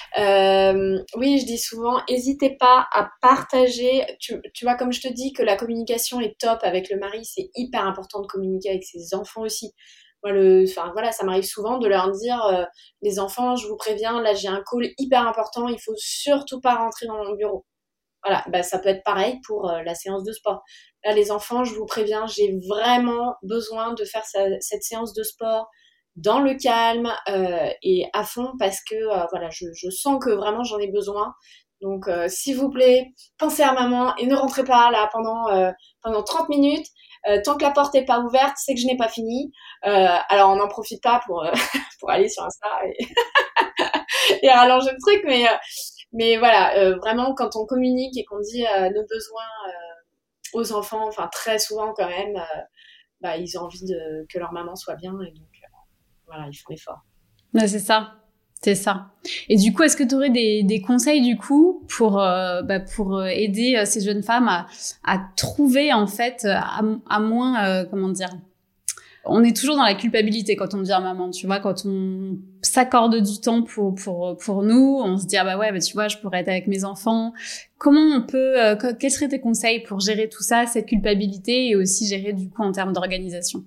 S2: Oui, je dis souvent, n'hésitez pas à partager. Tu vois, comme je te dis que la communication est top avec le mari, c'est hyper important de communiquer avec ses enfants aussi. Moi, voilà, ça m'arrive souvent de leur dire, les enfants, je vous préviens, là j'ai un call hyper important, il faut surtout pas rentrer dans mon bureau. Voilà, ça peut être pareil pour la séance de sport. Là, les enfants, je vous préviens, j'ai vraiment besoin de faire cette séance de sport dans le calme et à fond parce que voilà, je sens que vraiment j'en ai besoin. Donc, s'il vous plaît, pensez à maman et ne rentrez pas là pendant 30 minutes. Tant que la porte n'est pas ouverte, c'est que je n'ai pas fini. Alors, on n'en profite pas pour, pour aller sur Insta et rallonger le truc, mais voilà, vraiment, quand on communique et qu'on dit nos besoins aux enfants, enfin très souvent quand même, ils ont envie que leur maman soit bien et donc voilà, ils font l'effort.
S1: Ouais, c'est ça. C'est ça. Et du coup, est-ce que tu aurais des conseils du coup pour aider ces jeunes femmes à trouver en fait à moins comment dire. On est toujours dans la culpabilité quand on devient maman, tu vois, quand on s'accorde du temps pour nous, on se dit tu vois, je pourrais être avec mes enfants. Comment on peut quels seraient tes conseils pour gérer tout ça, cette culpabilité et aussi gérer du coup en termes d'organisation?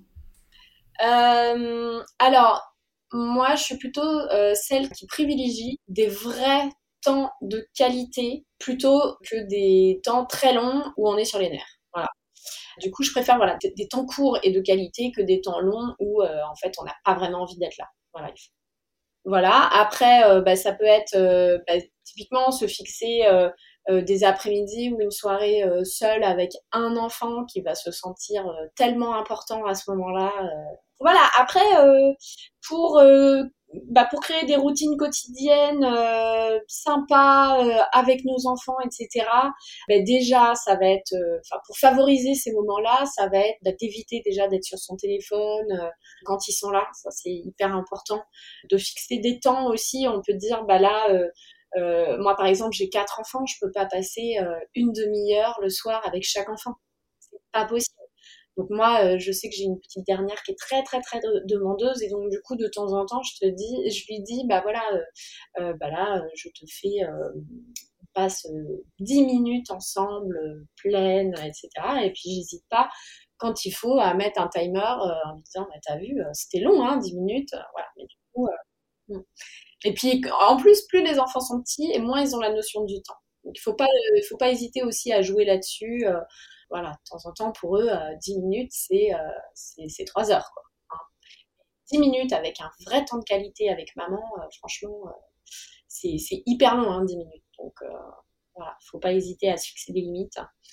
S2: Alors, moi, je suis plutôt celle qui privilégie des vrais temps de qualité plutôt que des temps très longs où on est sur les nerfs. Voilà. Du coup, je préfère des temps courts et de qualité que des temps longs où en fait on n'a pas vraiment envie d'être là. Voilà. Voilà. Après, ça peut être typiquement se fixer des après-midi ou une soirée seule avec un enfant qui va se sentir tellement important à ce moment-là. Voilà. Après, pour pour créer des routines quotidiennes sympas avec nos enfants, etc. Déjà, ça va être, pour favoriser ces moments-là, ça va être d'éviter déjà d'être sur son téléphone quand ils sont là. Ça, c'est hyper important. De fixer des temps aussi. On peut dire, moi, par exemple, j'ai 4 enfants, je peux pas passer une demi-heure le soir avec chaque enfant. C'est pas possible. Donc moi, je sais que j'ai une petite dernière qui est très très très demandeuse et donc du coup de temps en temps, je lui dis, je te fais, on passe 10 minutes ensemble, pleines, etc. Et puis j'hésite pas quand il faut à mettre un timer en lui disant, t'as vu, c'était long, hein, 10 minutes, voilà. Mais du coup, et puis en plus, plus les enfants sont petits et moins ils ont la notion du temps. Donc il faut pas hésiter aussi à jouer là-dessus. Voilà, de temps en temps pour eux, 10 minutes c'est 3 heures quoi. Hein. 10 minutes avec un vrai temps de qualité avec maman, franchement, c'est hyper long, hein, 10 minutes. Donc voilà, faut pas hésiter à se fixer des limites.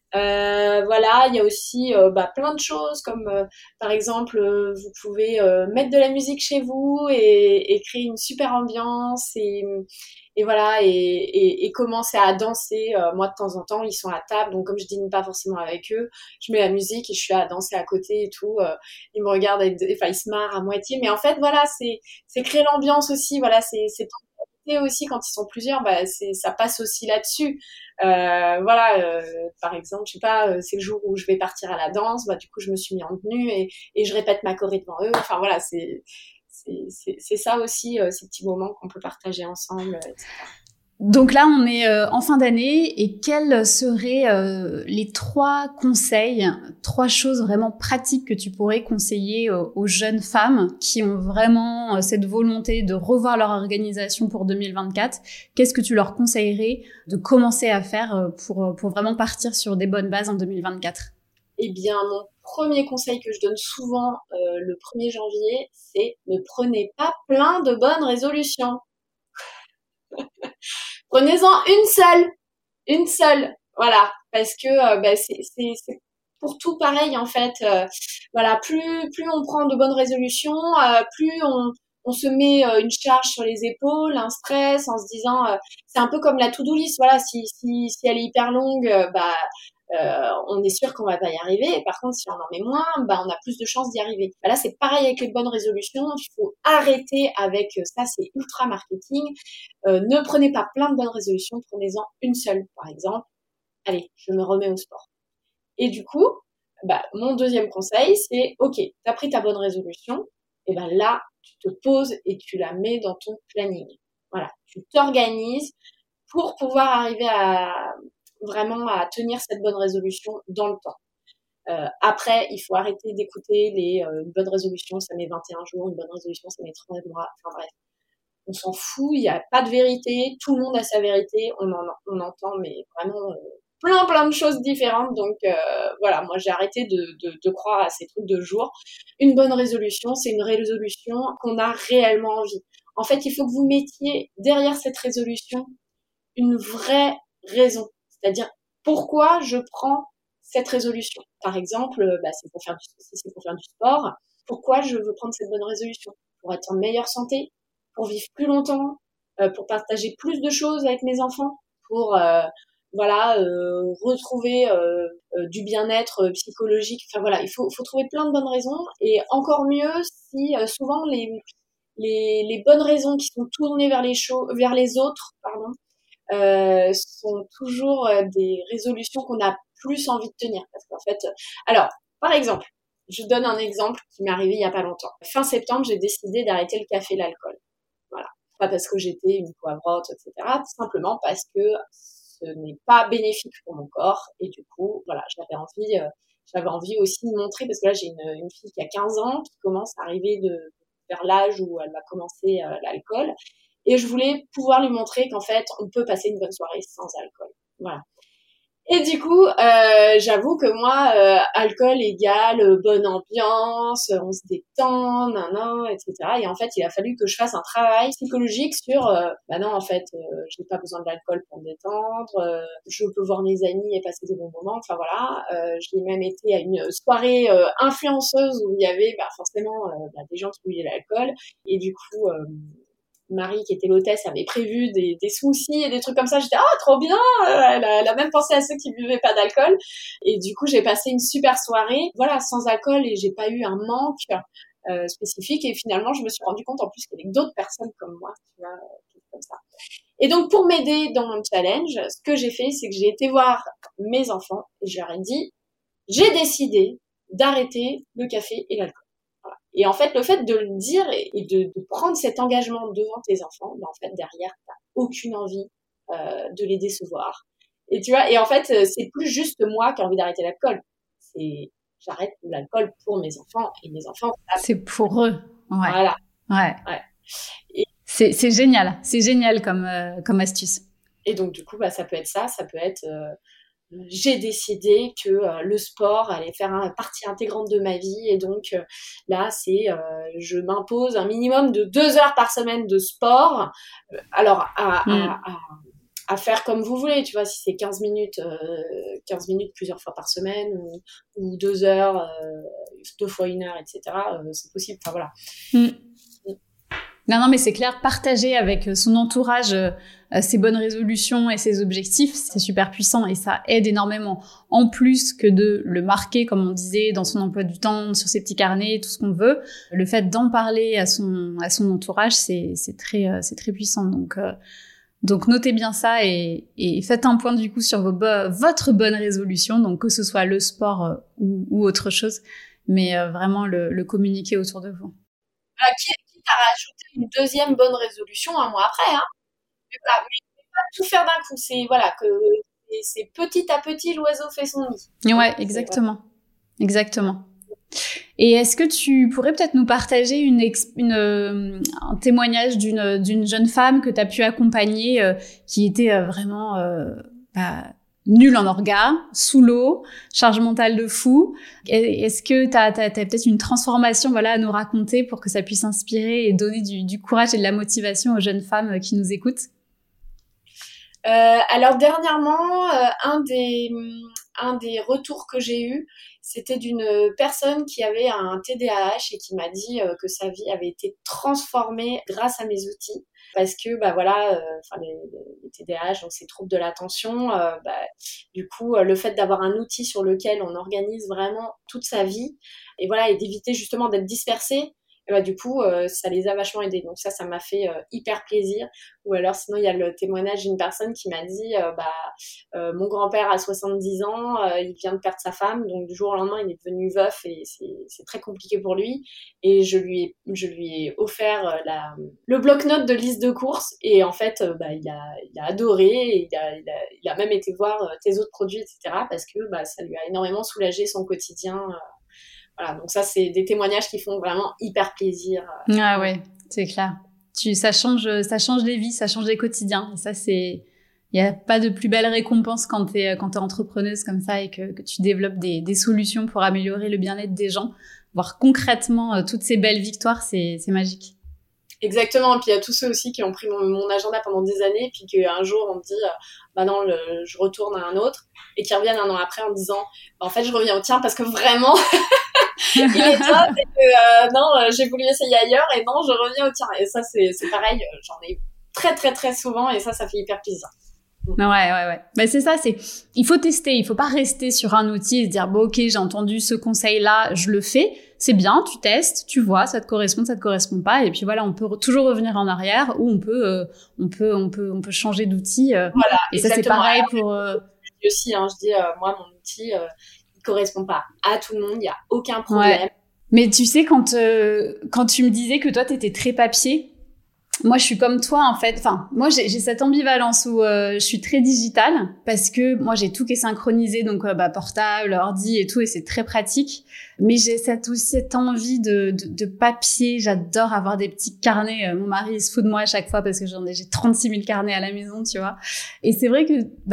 S2: Voilà, il y a aussi plein de choses comme par exemple vous pouvez mettre de la musique chez vous et créer une super ambiance et voilà et commencer à danser. Moi de temps en temps ils sont à table donc comme je dîne pas forcément avec eux, je mets la musique et je suis à danser à côté et tout. Ils me regardent, enfin ils se marrent à moitié, mais en fait voilà c'est créer l'ambiance aussi. Voilà c'est aussi quand ils sont plusieurs, ça passe aussi là-dessus. Voilà, par exemple, je sais pas, c'est le jour où je vais partir à la danse, du coup je me suis mis en tenue et je répète ma choré devant eux. Enfin voilà, c'est ça aussi, ces petits moments qu'on peut partager ensemble, etc.
S1: Donc là, on est en fin d'année et quels seraient les 3 conseils, 3 choses vraiment pratiques que tu pourrais conseiller aux jeunes femmes qui ont vraiment cette volonté de revoir leur organisation pour 2024? Qu'est-ce que tu leur conseillerais de commencer à faire pour vraiment partir sur des bonnes bases en 2024?
S2: Eh bien, mon premier conseil que je donne souvent le 1er janvier, c'est ne prenez pas plein de bonnes résolutions. Prenez-en une seule, voilà, parce que c'est pour tout pareil en fait. Voilà, plus on prend de bonnes résolutions, plus on se met une charge sur les épaules, un stress, en se disant, c'est un peu comme la to-do list. Voilà, si elle est hyper longue, on est sûr qu'on va pas y arriver. Par contre, si on en met moins, on a plus de chances d'y arriver. Là, c'est pareil avec les bonnes résolutions. Il faut arrêter avec ça, c'est ultra marketing. Ne prenez pas plein de bonnes résolutions, prenez-en une seule, par exemple. Allez, je me remets au sport. Et du coup, mon deuxième conseil, c'est ok, t'as pris ta bonne résolution, et là, tu te poses et tu la mets dans ton planning. Voilà, tu t'organises pour pouvoir arriver à vraiment à tenir cette bonne résolution dans le temps. Après, il faut arrêter d'écouter une bonne résolution, ça met 21 jours, une bonne résolution, ça met 30 mois, enfin bref. On s'en fout, il n'y a pas de vérité, tout le monde a sa vérité, on entend mais vraiment plein de choses différentes. Donc voilà, moi j'ai arrêté de croire à ces trucs de jour. Une bonne résolution, c'est une résolution qu'on a réellement envie. En fait, il faut que vous mettiez derrière cette résolution une vraie raison. C'est-à-dire, pourquoi je prends cette résolution? Par exemple, c'est pour faire du sport. Pourquoi je veux prendre cette bonne résolution? Pour être en meilleure santé, pour vivre plus longtemps, pour partager plus de choses avec mes enfants, pour retrouver du bien-être psychologique. Enfin voilà, il faut trouver plein de bonnes raisons et encore mieux si souvent les bonnes raisons qui sont tournées vers vers les autres, pardon, sont toujours des résolutions qu'on a plus envie de tenir. Parce qu'en fait, alors, par exemple, je donne un exemple qui m'est arrivé il y a pas longtemps. Fin septembre, j'ai décidé d'arrêter le café et l'alcool. Voilà. Pas parce que j'étais une poivrotte, etc. Tout simplement parce que ce n'est pas bénéfique pour mon corps. Et du coup, voilà, j'avais envie aussi de montrer, parce que là, j'ai une fille qui a 15 ans, qui commence à arriver vers l'âge où elle va commencer l'alcool. Et je voulais pouvoir lui montrer qu'en fait, on peut passer une bonne soirée sans alcool. Voilà. Et du coup, j'avoue que moi, alcool égale bonne ambiance, on se détend, etc. Et en fait, il a fallu que je fasse un travail psychologique sur, non, en fait, j'ai pas besoin de l'alcool pour me détendre, je peux voir mes amis et passer des bons moments. Enfin voilà, j'ai même été à une soirée influenceuse où il y avait forcément des gens qui buvaient l'alcool. Et du coup, Marie, qui était l'hôtesse, avait prévu des smoothies et des trucs comme ça. J'étais, trop bien! Elle a même pensé à ceux qui buvaient pas d'alcool. Et du coup, j'ai passé une super soirée, voilà, sans alcool, et j'ai pas eu un manque spécifique. Et finalement, je me suis rendu compte en plus qu'il y avait d'autres personnes comme moi, tu vois, comme ça. Et donc, pour m'aider dans mon challenge, ce que j'ai fait, c'est que j'ai été voir mes enfants et je leur ai dit, j'ai décidé d'arrêter le café et l'alcool. Et en fait, le fait de le dire et de prendre cet engagement devant tes enfants, en fait, derrière, t'as aucune envie de les décevoir. Et tu vois, et en fait, c'est plus juste moi qui ai envie d'arrêter l'alcool. J'arrête l'alcool pour mes enfants et mes enfants.
S1: C'est pour eux. Ouais.
S2: Voilà.
S1: Ouais. Et c'est génial comme astuce.
S2: Et donc, du coup, ça peut être ça, ça peut être... j'ai décidé que le sport allait faire partie intégrante de ma vie et donc là c'est je m'impose un minimum de 2 heures par semaine de sport alors à faire comme vous voulez, tu vois, si c'est 15 minutes plusieurs fois par semaine ou 2 heures, 2 fois 1 heure, etc., c'est possible. Enfin, voilà.
S1: Non, mais c'est clair, partager avec son entourage ses bonnes résolutions et ses objectifs, c'est super puissant et ça aide énormément. En plus que de le marquer, comme on disait, dans son emploi du temps, sur ses petits carnets, tout ce qu'on veut, le fait d'en parler à son entourage, c'est très puissant. Donc notez bien ça et faites un point du coup sur votre bonne résolution, donc que ce soit le sport ou autre chose, mais vraiment le communiquer autour de vous.
S2: Voilà, quitte à rajouter une deuxième bonne résolution un mois après, hein. Mais voilà, mais pas tout faire d'un coup. C'est voilà que c'est petit à petit l'oiseau fait son nid.
S1: Ouais, exactement. Exactement. Et est-ce que tu pourrais peut-être nous partager un témoignage d'une jeune femme que tu as pu accompagner qui était vraiment nulle en orga, sous l'eau, charge mentale de fou. Est-ce que tu as peut-être une transformation à nous raconter pour que ça puisse inspirer et donner du courage et de la motivation aux jeunes femmes qui nous écoutent?
S2: Alors dernièrement, un des retours que j'ai eu, c'était d'une personne qui avait un TDAH et qui m'a dit que sa vie avait été transformée grâce à mes outils. Parce que les TDAH, donc ces troubles de l'attention, du coup le fait d'avoir un outil sur lequel on organise vraiment toute sa vie et d'éviter justement d'être dispersé. Et du coup, ça les a vachement aidés. Donc ça m'a fait hyper plaisir. Ou alors, sinon, il y a le témoignage d'une personne qui m'a dit mon grand-père a 70 ans, il vient de perdre sa femme, donc du jour au lendemain, il est devenu veuf et c'est très compliqué pour lui. Et je lui ai offert le bloc-notes de liste de courses. Et en fait, il a adoré. Et il a même été voir tes autres produits, etc. Parce que ça lui a énormément soulagé son quotidien. Voilà, donc ça, c'est des témoignages qui font vraiment hyper plaisir.
S1: Ah ouais, c'est clair. Ça change des vies, ça change des quotidiens. Et ça, il n'y a pas de plus belle récompense quand t'es entrepreneuse comme ça et que tu développes des solutions pour améliorer le bien-être des gens. Voir concrètement toutes ces belles victoires, c'est magique.
S2: Exactement. Et puis, il y a tous ceux aussi qui ont pris mon agenda pendant des années, puis qu'un jour, on me dit, non, je retourne à un autre, et qui reviennent 1 an après en me disant, en fait, je reviens au tien parce que vraiment, il est top, et que non, j'ai voulu essayer ailleurs, et non, je reviens au tien. Et ça, c'est pareil, j'en ai très, très, très souvent, et ça fait hyper plaisir.
S1: Ouais. C'est ça, il faut tester, il faut pas rester sur un outil et se dire, ok, j'ai entendu ce conseil-là, je le fais. C'est bien, tu testes, tu vois, ça te correspond pas, et puis on peut toujours revenir en arrière, ou on peut changer d'outil.
S2: Voilà,
S1: et ça, c'est pareil pour.
S2: Je dis aussi, je dis, moi, mon outil, il correspond pas à tout le monde, il y a aucun problème.
S1: Ouais. Mais tu sais, quand tu me disais que toi, t'étais très papier, moi, je suis comme toi, en fait. Enfin, moi, j'ai cette ambivalence où je suis très digitale parce que moi, j'ai tout qui est synchronisé, donc portable, ordi et tout, et c'est très pratique. Mais j'ai cette envie de papier. J'adore avoir des petits carnets. Mon mari, il se fout de moi à chaque fois parce que j'ai 36 000 carnets à la maison, tu vois. Et c'est vrai que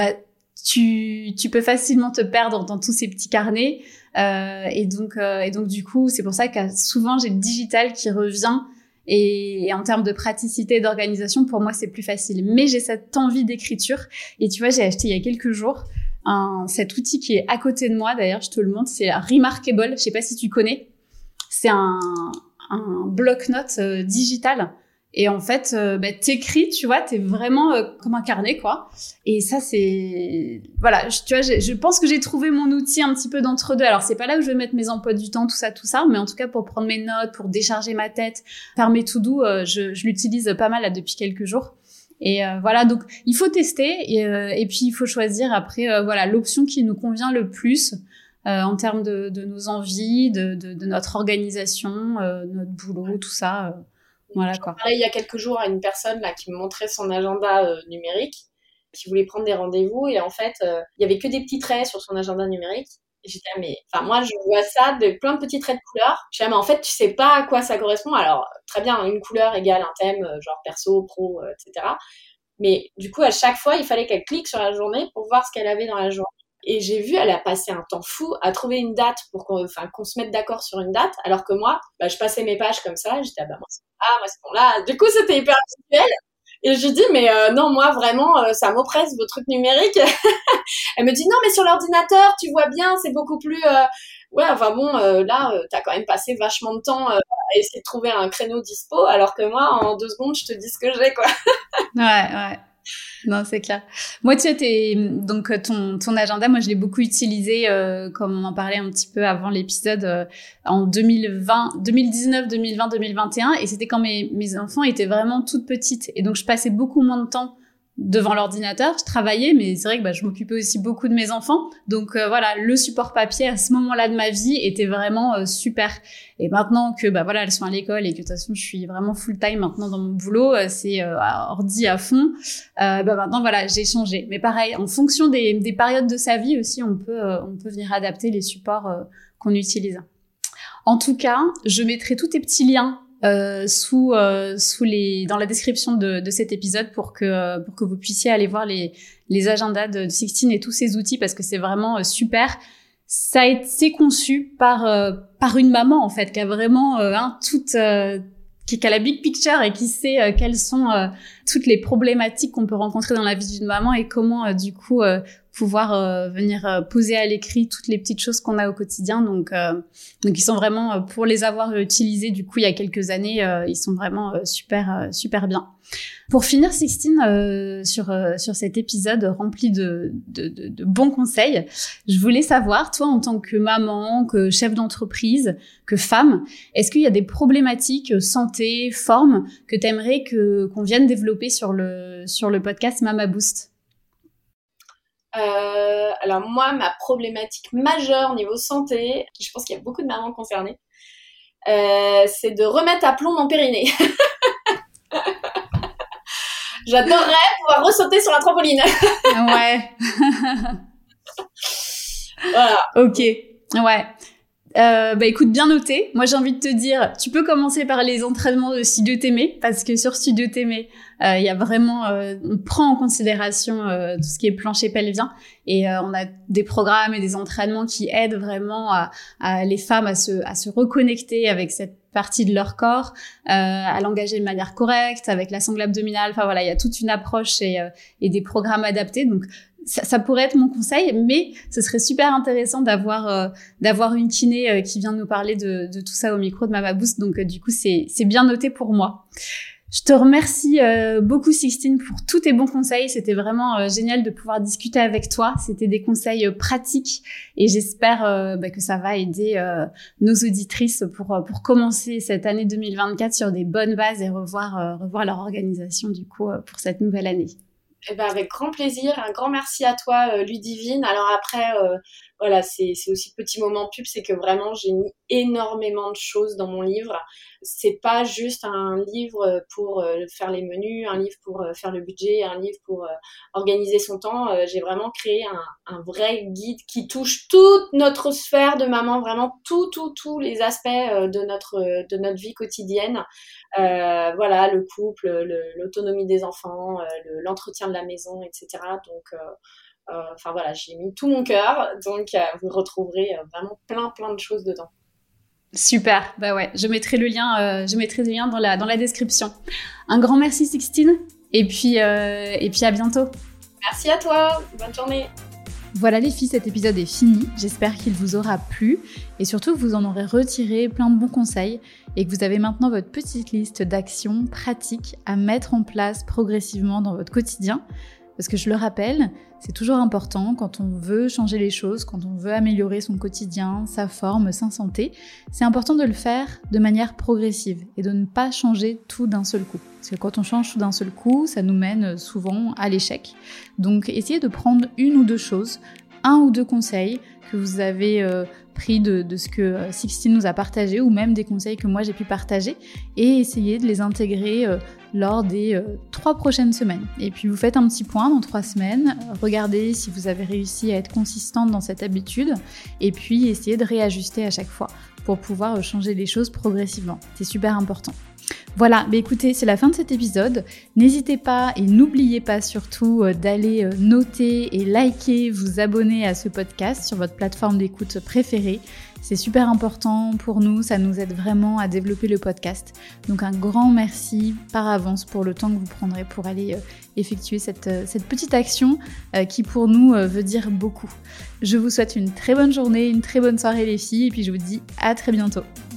S1: tu peux facilement te perdre dans tous ces petits carnets. Et donc, du coup, c'est pour ça que souvent, j'ai le digital qui revient. Et en termes de praticité et d'organisation, pour moi, c'est plus facile. Mais j'ai cette envie d'écriture. Et tu vois, j'ai acheté il y a quelques jours cet outil qui est à côté de moi. D'ailleurs, je te le montre. C'est Remarkable. Je sais pas si tu connais. C'est un bloc-notes digital. Et en fait, t'écris, tu vois, t'es vraiment comme un carnet, quoi. Et ça, c'est... Voilà, tu vois, je pense que j'ai trouvé mon outil un petit peu d'entre-deux. Alors, c'est pas là où je vais mettre mes emplois du temps, tout ça, mais en tout cas, pour prendre mes notes, pour décharger ma tête, faire mes to-do, je l'utilise pas mal là depuis quelques jours. Et donc, il faut tester et puis il faut choisir après, l'option qui nous convient le plus en termes de nos envies, de notre organisation, notre boulot, tout ça. Voilà quoi.
S2: Pareil, il y a quelques jours à une personne là qui me montrait son agenda numérique, qui voulait prendre des rendez-vous et en fait, il y avait que des petits traits sur son agenda numérique. Et j'étais moi je vois ça de plein de petits traits de couleurs. Je suis mais en fait tu sais pas à quoi ça correspond. Alors très bien, une couleur égale un thème genre perso, pro, etc. Mais du coup à chaque fois il fallait qu'elle clique sur la journée pour voir ce qu'elle avait dans la journée. Et j'ai vu, elle a passé un temps fou à trouver une date pour qu'on se mette d'accord sur une date, alors que moi, je passais mes pages comme ça, j'étais moi c'est bon là. Du coup, c'était hyper visuel. Et je lui dis, mais non, moi, vraiment, ça m'oppresse, vos trucs numériques. Elle me dit, non, mais sur l'ordinateur, tu vois bien, c'est beaucoup plus... Ouais, enfin bon, là, t'as quand même passé vachement de temps à essayer de trouver un créneau dispo, alors que moi, en 2 secondes, je te dis ce que j'ai, quoi.
S1: Ouais. Non, c'est clair. Moi, tu sais, donc ton agenda, moi, je l'ai beaucoup utilisé, comme on en parlait un petit peu avant l'épisode, en 2019, 2020, 2021, et c'était quand mes enfants étaient vraiment toutes petites, et donc je passais beaucoup moins de temps devant l'ordinateur. Je travaillais, mais c'est vrai que je m'occupais aussi beaucoup de mes enfants. Donc voilà, le support papier à ce moment-là de ma vie était vraiment super. Et maintenant que voilà, elles sont à l'école et que de toute façon je suis vraiment full time maintenant dans mon boulot, c'est ordi à fond. Maintenant voilà, j'ai changé. Mais pareil, en fonction des périodes de sa vie aussi, on peut venir adapter les supports qu'on utilise. En tout cas, je mettrai tous tes petits liens dans la description de cet épisode pour que vous puissiez aller voir les agendas de Sixtine et tous ces outils, parce que c'est vraiment super. Ça a été conçu par une maman en fait qui a vraiment qui a la big picture et qui sait quelles sont toutes les problématiques qu'on peut rencontrer dans la vie d'une maman et comment du coup pouvoir venir poser à l'écrit toutes les petites choses qu'on a au quotidien. Donc ils sont vraiment, pour les avoir utilisés du coup il y a quelques années, ils sont vraiment super bien. Pour finir, Sixtine, sur cet épisode rempli de bons conseils, je voulais savoir, toi en tant que maman, que chef d'entreprise, que femme, est-ce qu'il y a des problématiques santé, forme que tu aimerais qu'on vienne développer sur le podcast Mama Boost?
S2: Alors moi, ma problématique majeure niveau santé, je pense qu'il y a beaucoup de mamans concernées, c'est de remettre à plomb mon périnée. J'adorerais pouvoir ressauter sur la trampoline.
S1: Ouais.
S2: Voilà.
S1: Ok. Ouais. Écoute, bien noté. Moi, j'ai envie de te dire, tu peux commencer par les entraînements de Studio Témé, parce que sur Studio Témé, il y a vraiment, on prend en considération tout ce qui est plancher pelvien, et on a des programmes et des entraînements qui aident vraiment à les femmes à se reconnecter avec cette partie de leur corps, à l'engager de manière correcte, avec la sangle abdominale. Enfin voilà, il y a toute une approche et des programmes adaptés. Donc ça pourrait être mon conseil, mais ce serait super intéressant d'avoir une kiné qui vient nous parler de tout ça au micro de Mama Boost. Donc du coup, c'est bien noté pour moi. Je te remercie beaucoup, Sixtine, pour tous tes bons conseils. C'était vraiment génial de pouvoir discuter avec toi. C'était des conseils pratiques et j'espère que ça va aider nos auditrices pour commencer cette année 2024 sur des bonnes bases et revoir leur organisation du coup pour cette nouvelle année.
S2: Eh ben avec grand plaisir, un grand merci à toi Ludivine. Alors après, voilà, c'est aussi petit moment pub, c'est que vraiment j'ai mis énormément de choses dans mon livre. C'est pas juste un livre pour faire les menus, un livre pour faire le budget, un livre pour organiser son temps. J'ai vraiment créé un vrai guide qui touche toute notre sphère de maman, vraiment tous les aspects de notre vie quotidienne. Voilà, le couple, l'autonomie des enfants, l'entretien de la maison, etc. Donc, enfin voilà, j'ai mis tout mon cœur. Donc, vous retrouverez vraiment plein de choses dedans.
S1: Super, bah ouais, je mettrai le lien dans la description. Un grand merci, Sixtine, et puis à bientôt.
S2: Merci à toi, bonne journée.
S1: Voilà les filles, cet épisode est fini. J'espère qu'il vous aura plu et surtout que vous en aurez retiré plein de bons conseils et que vous avez maintenant votre petite liste d'actions pratiques à mettre en place progressivement dans votre quotidien. Parce que je le rappelle, c'est toujours important quand on veut changer les choses, quand on veut améliorer son quotidien, sa forme, sa santé, c'est important de le faire de manière progressive et de ne pas changer tout d'un seul coup. Parce que quand on change tout d'un seul coup, ça nous mène souvent à l'échec. Donc essayez de prendre une ou deux choses, un ou deux conseils que vous avez pris de ce que Sixtine nous a partagé ou même des conseils que moi j'ai pu partager et essayez de les intégrer lors des 3 prochaines semaines. Et puis vous faites un petit point dans 3 semaines, regardez si vous avez réussi à être consistante dans cette habitude et puis essayez de réajuster à chaque fois pour pouvoir changer les choses progressivement. C'est super important. Voilà, écoutez, c'est la fin de cet épisode. N'hésitez pas et n'oubliez pas surtout d'aller noter et liker, vous abonner à ce podcast sur votre plateforme d'écoute préférée. C'est super important pour nous, ça nous aide vraiment à développer le podcast. Donc un grand merci par avance pour le temps que vous prendrez pour aller effectuer cette petite action qui pour nous veut dire beaucoup. Je vous souhaite une très bonne journée, une très bonne soirée les filles et puis je vous dis à très bientôt.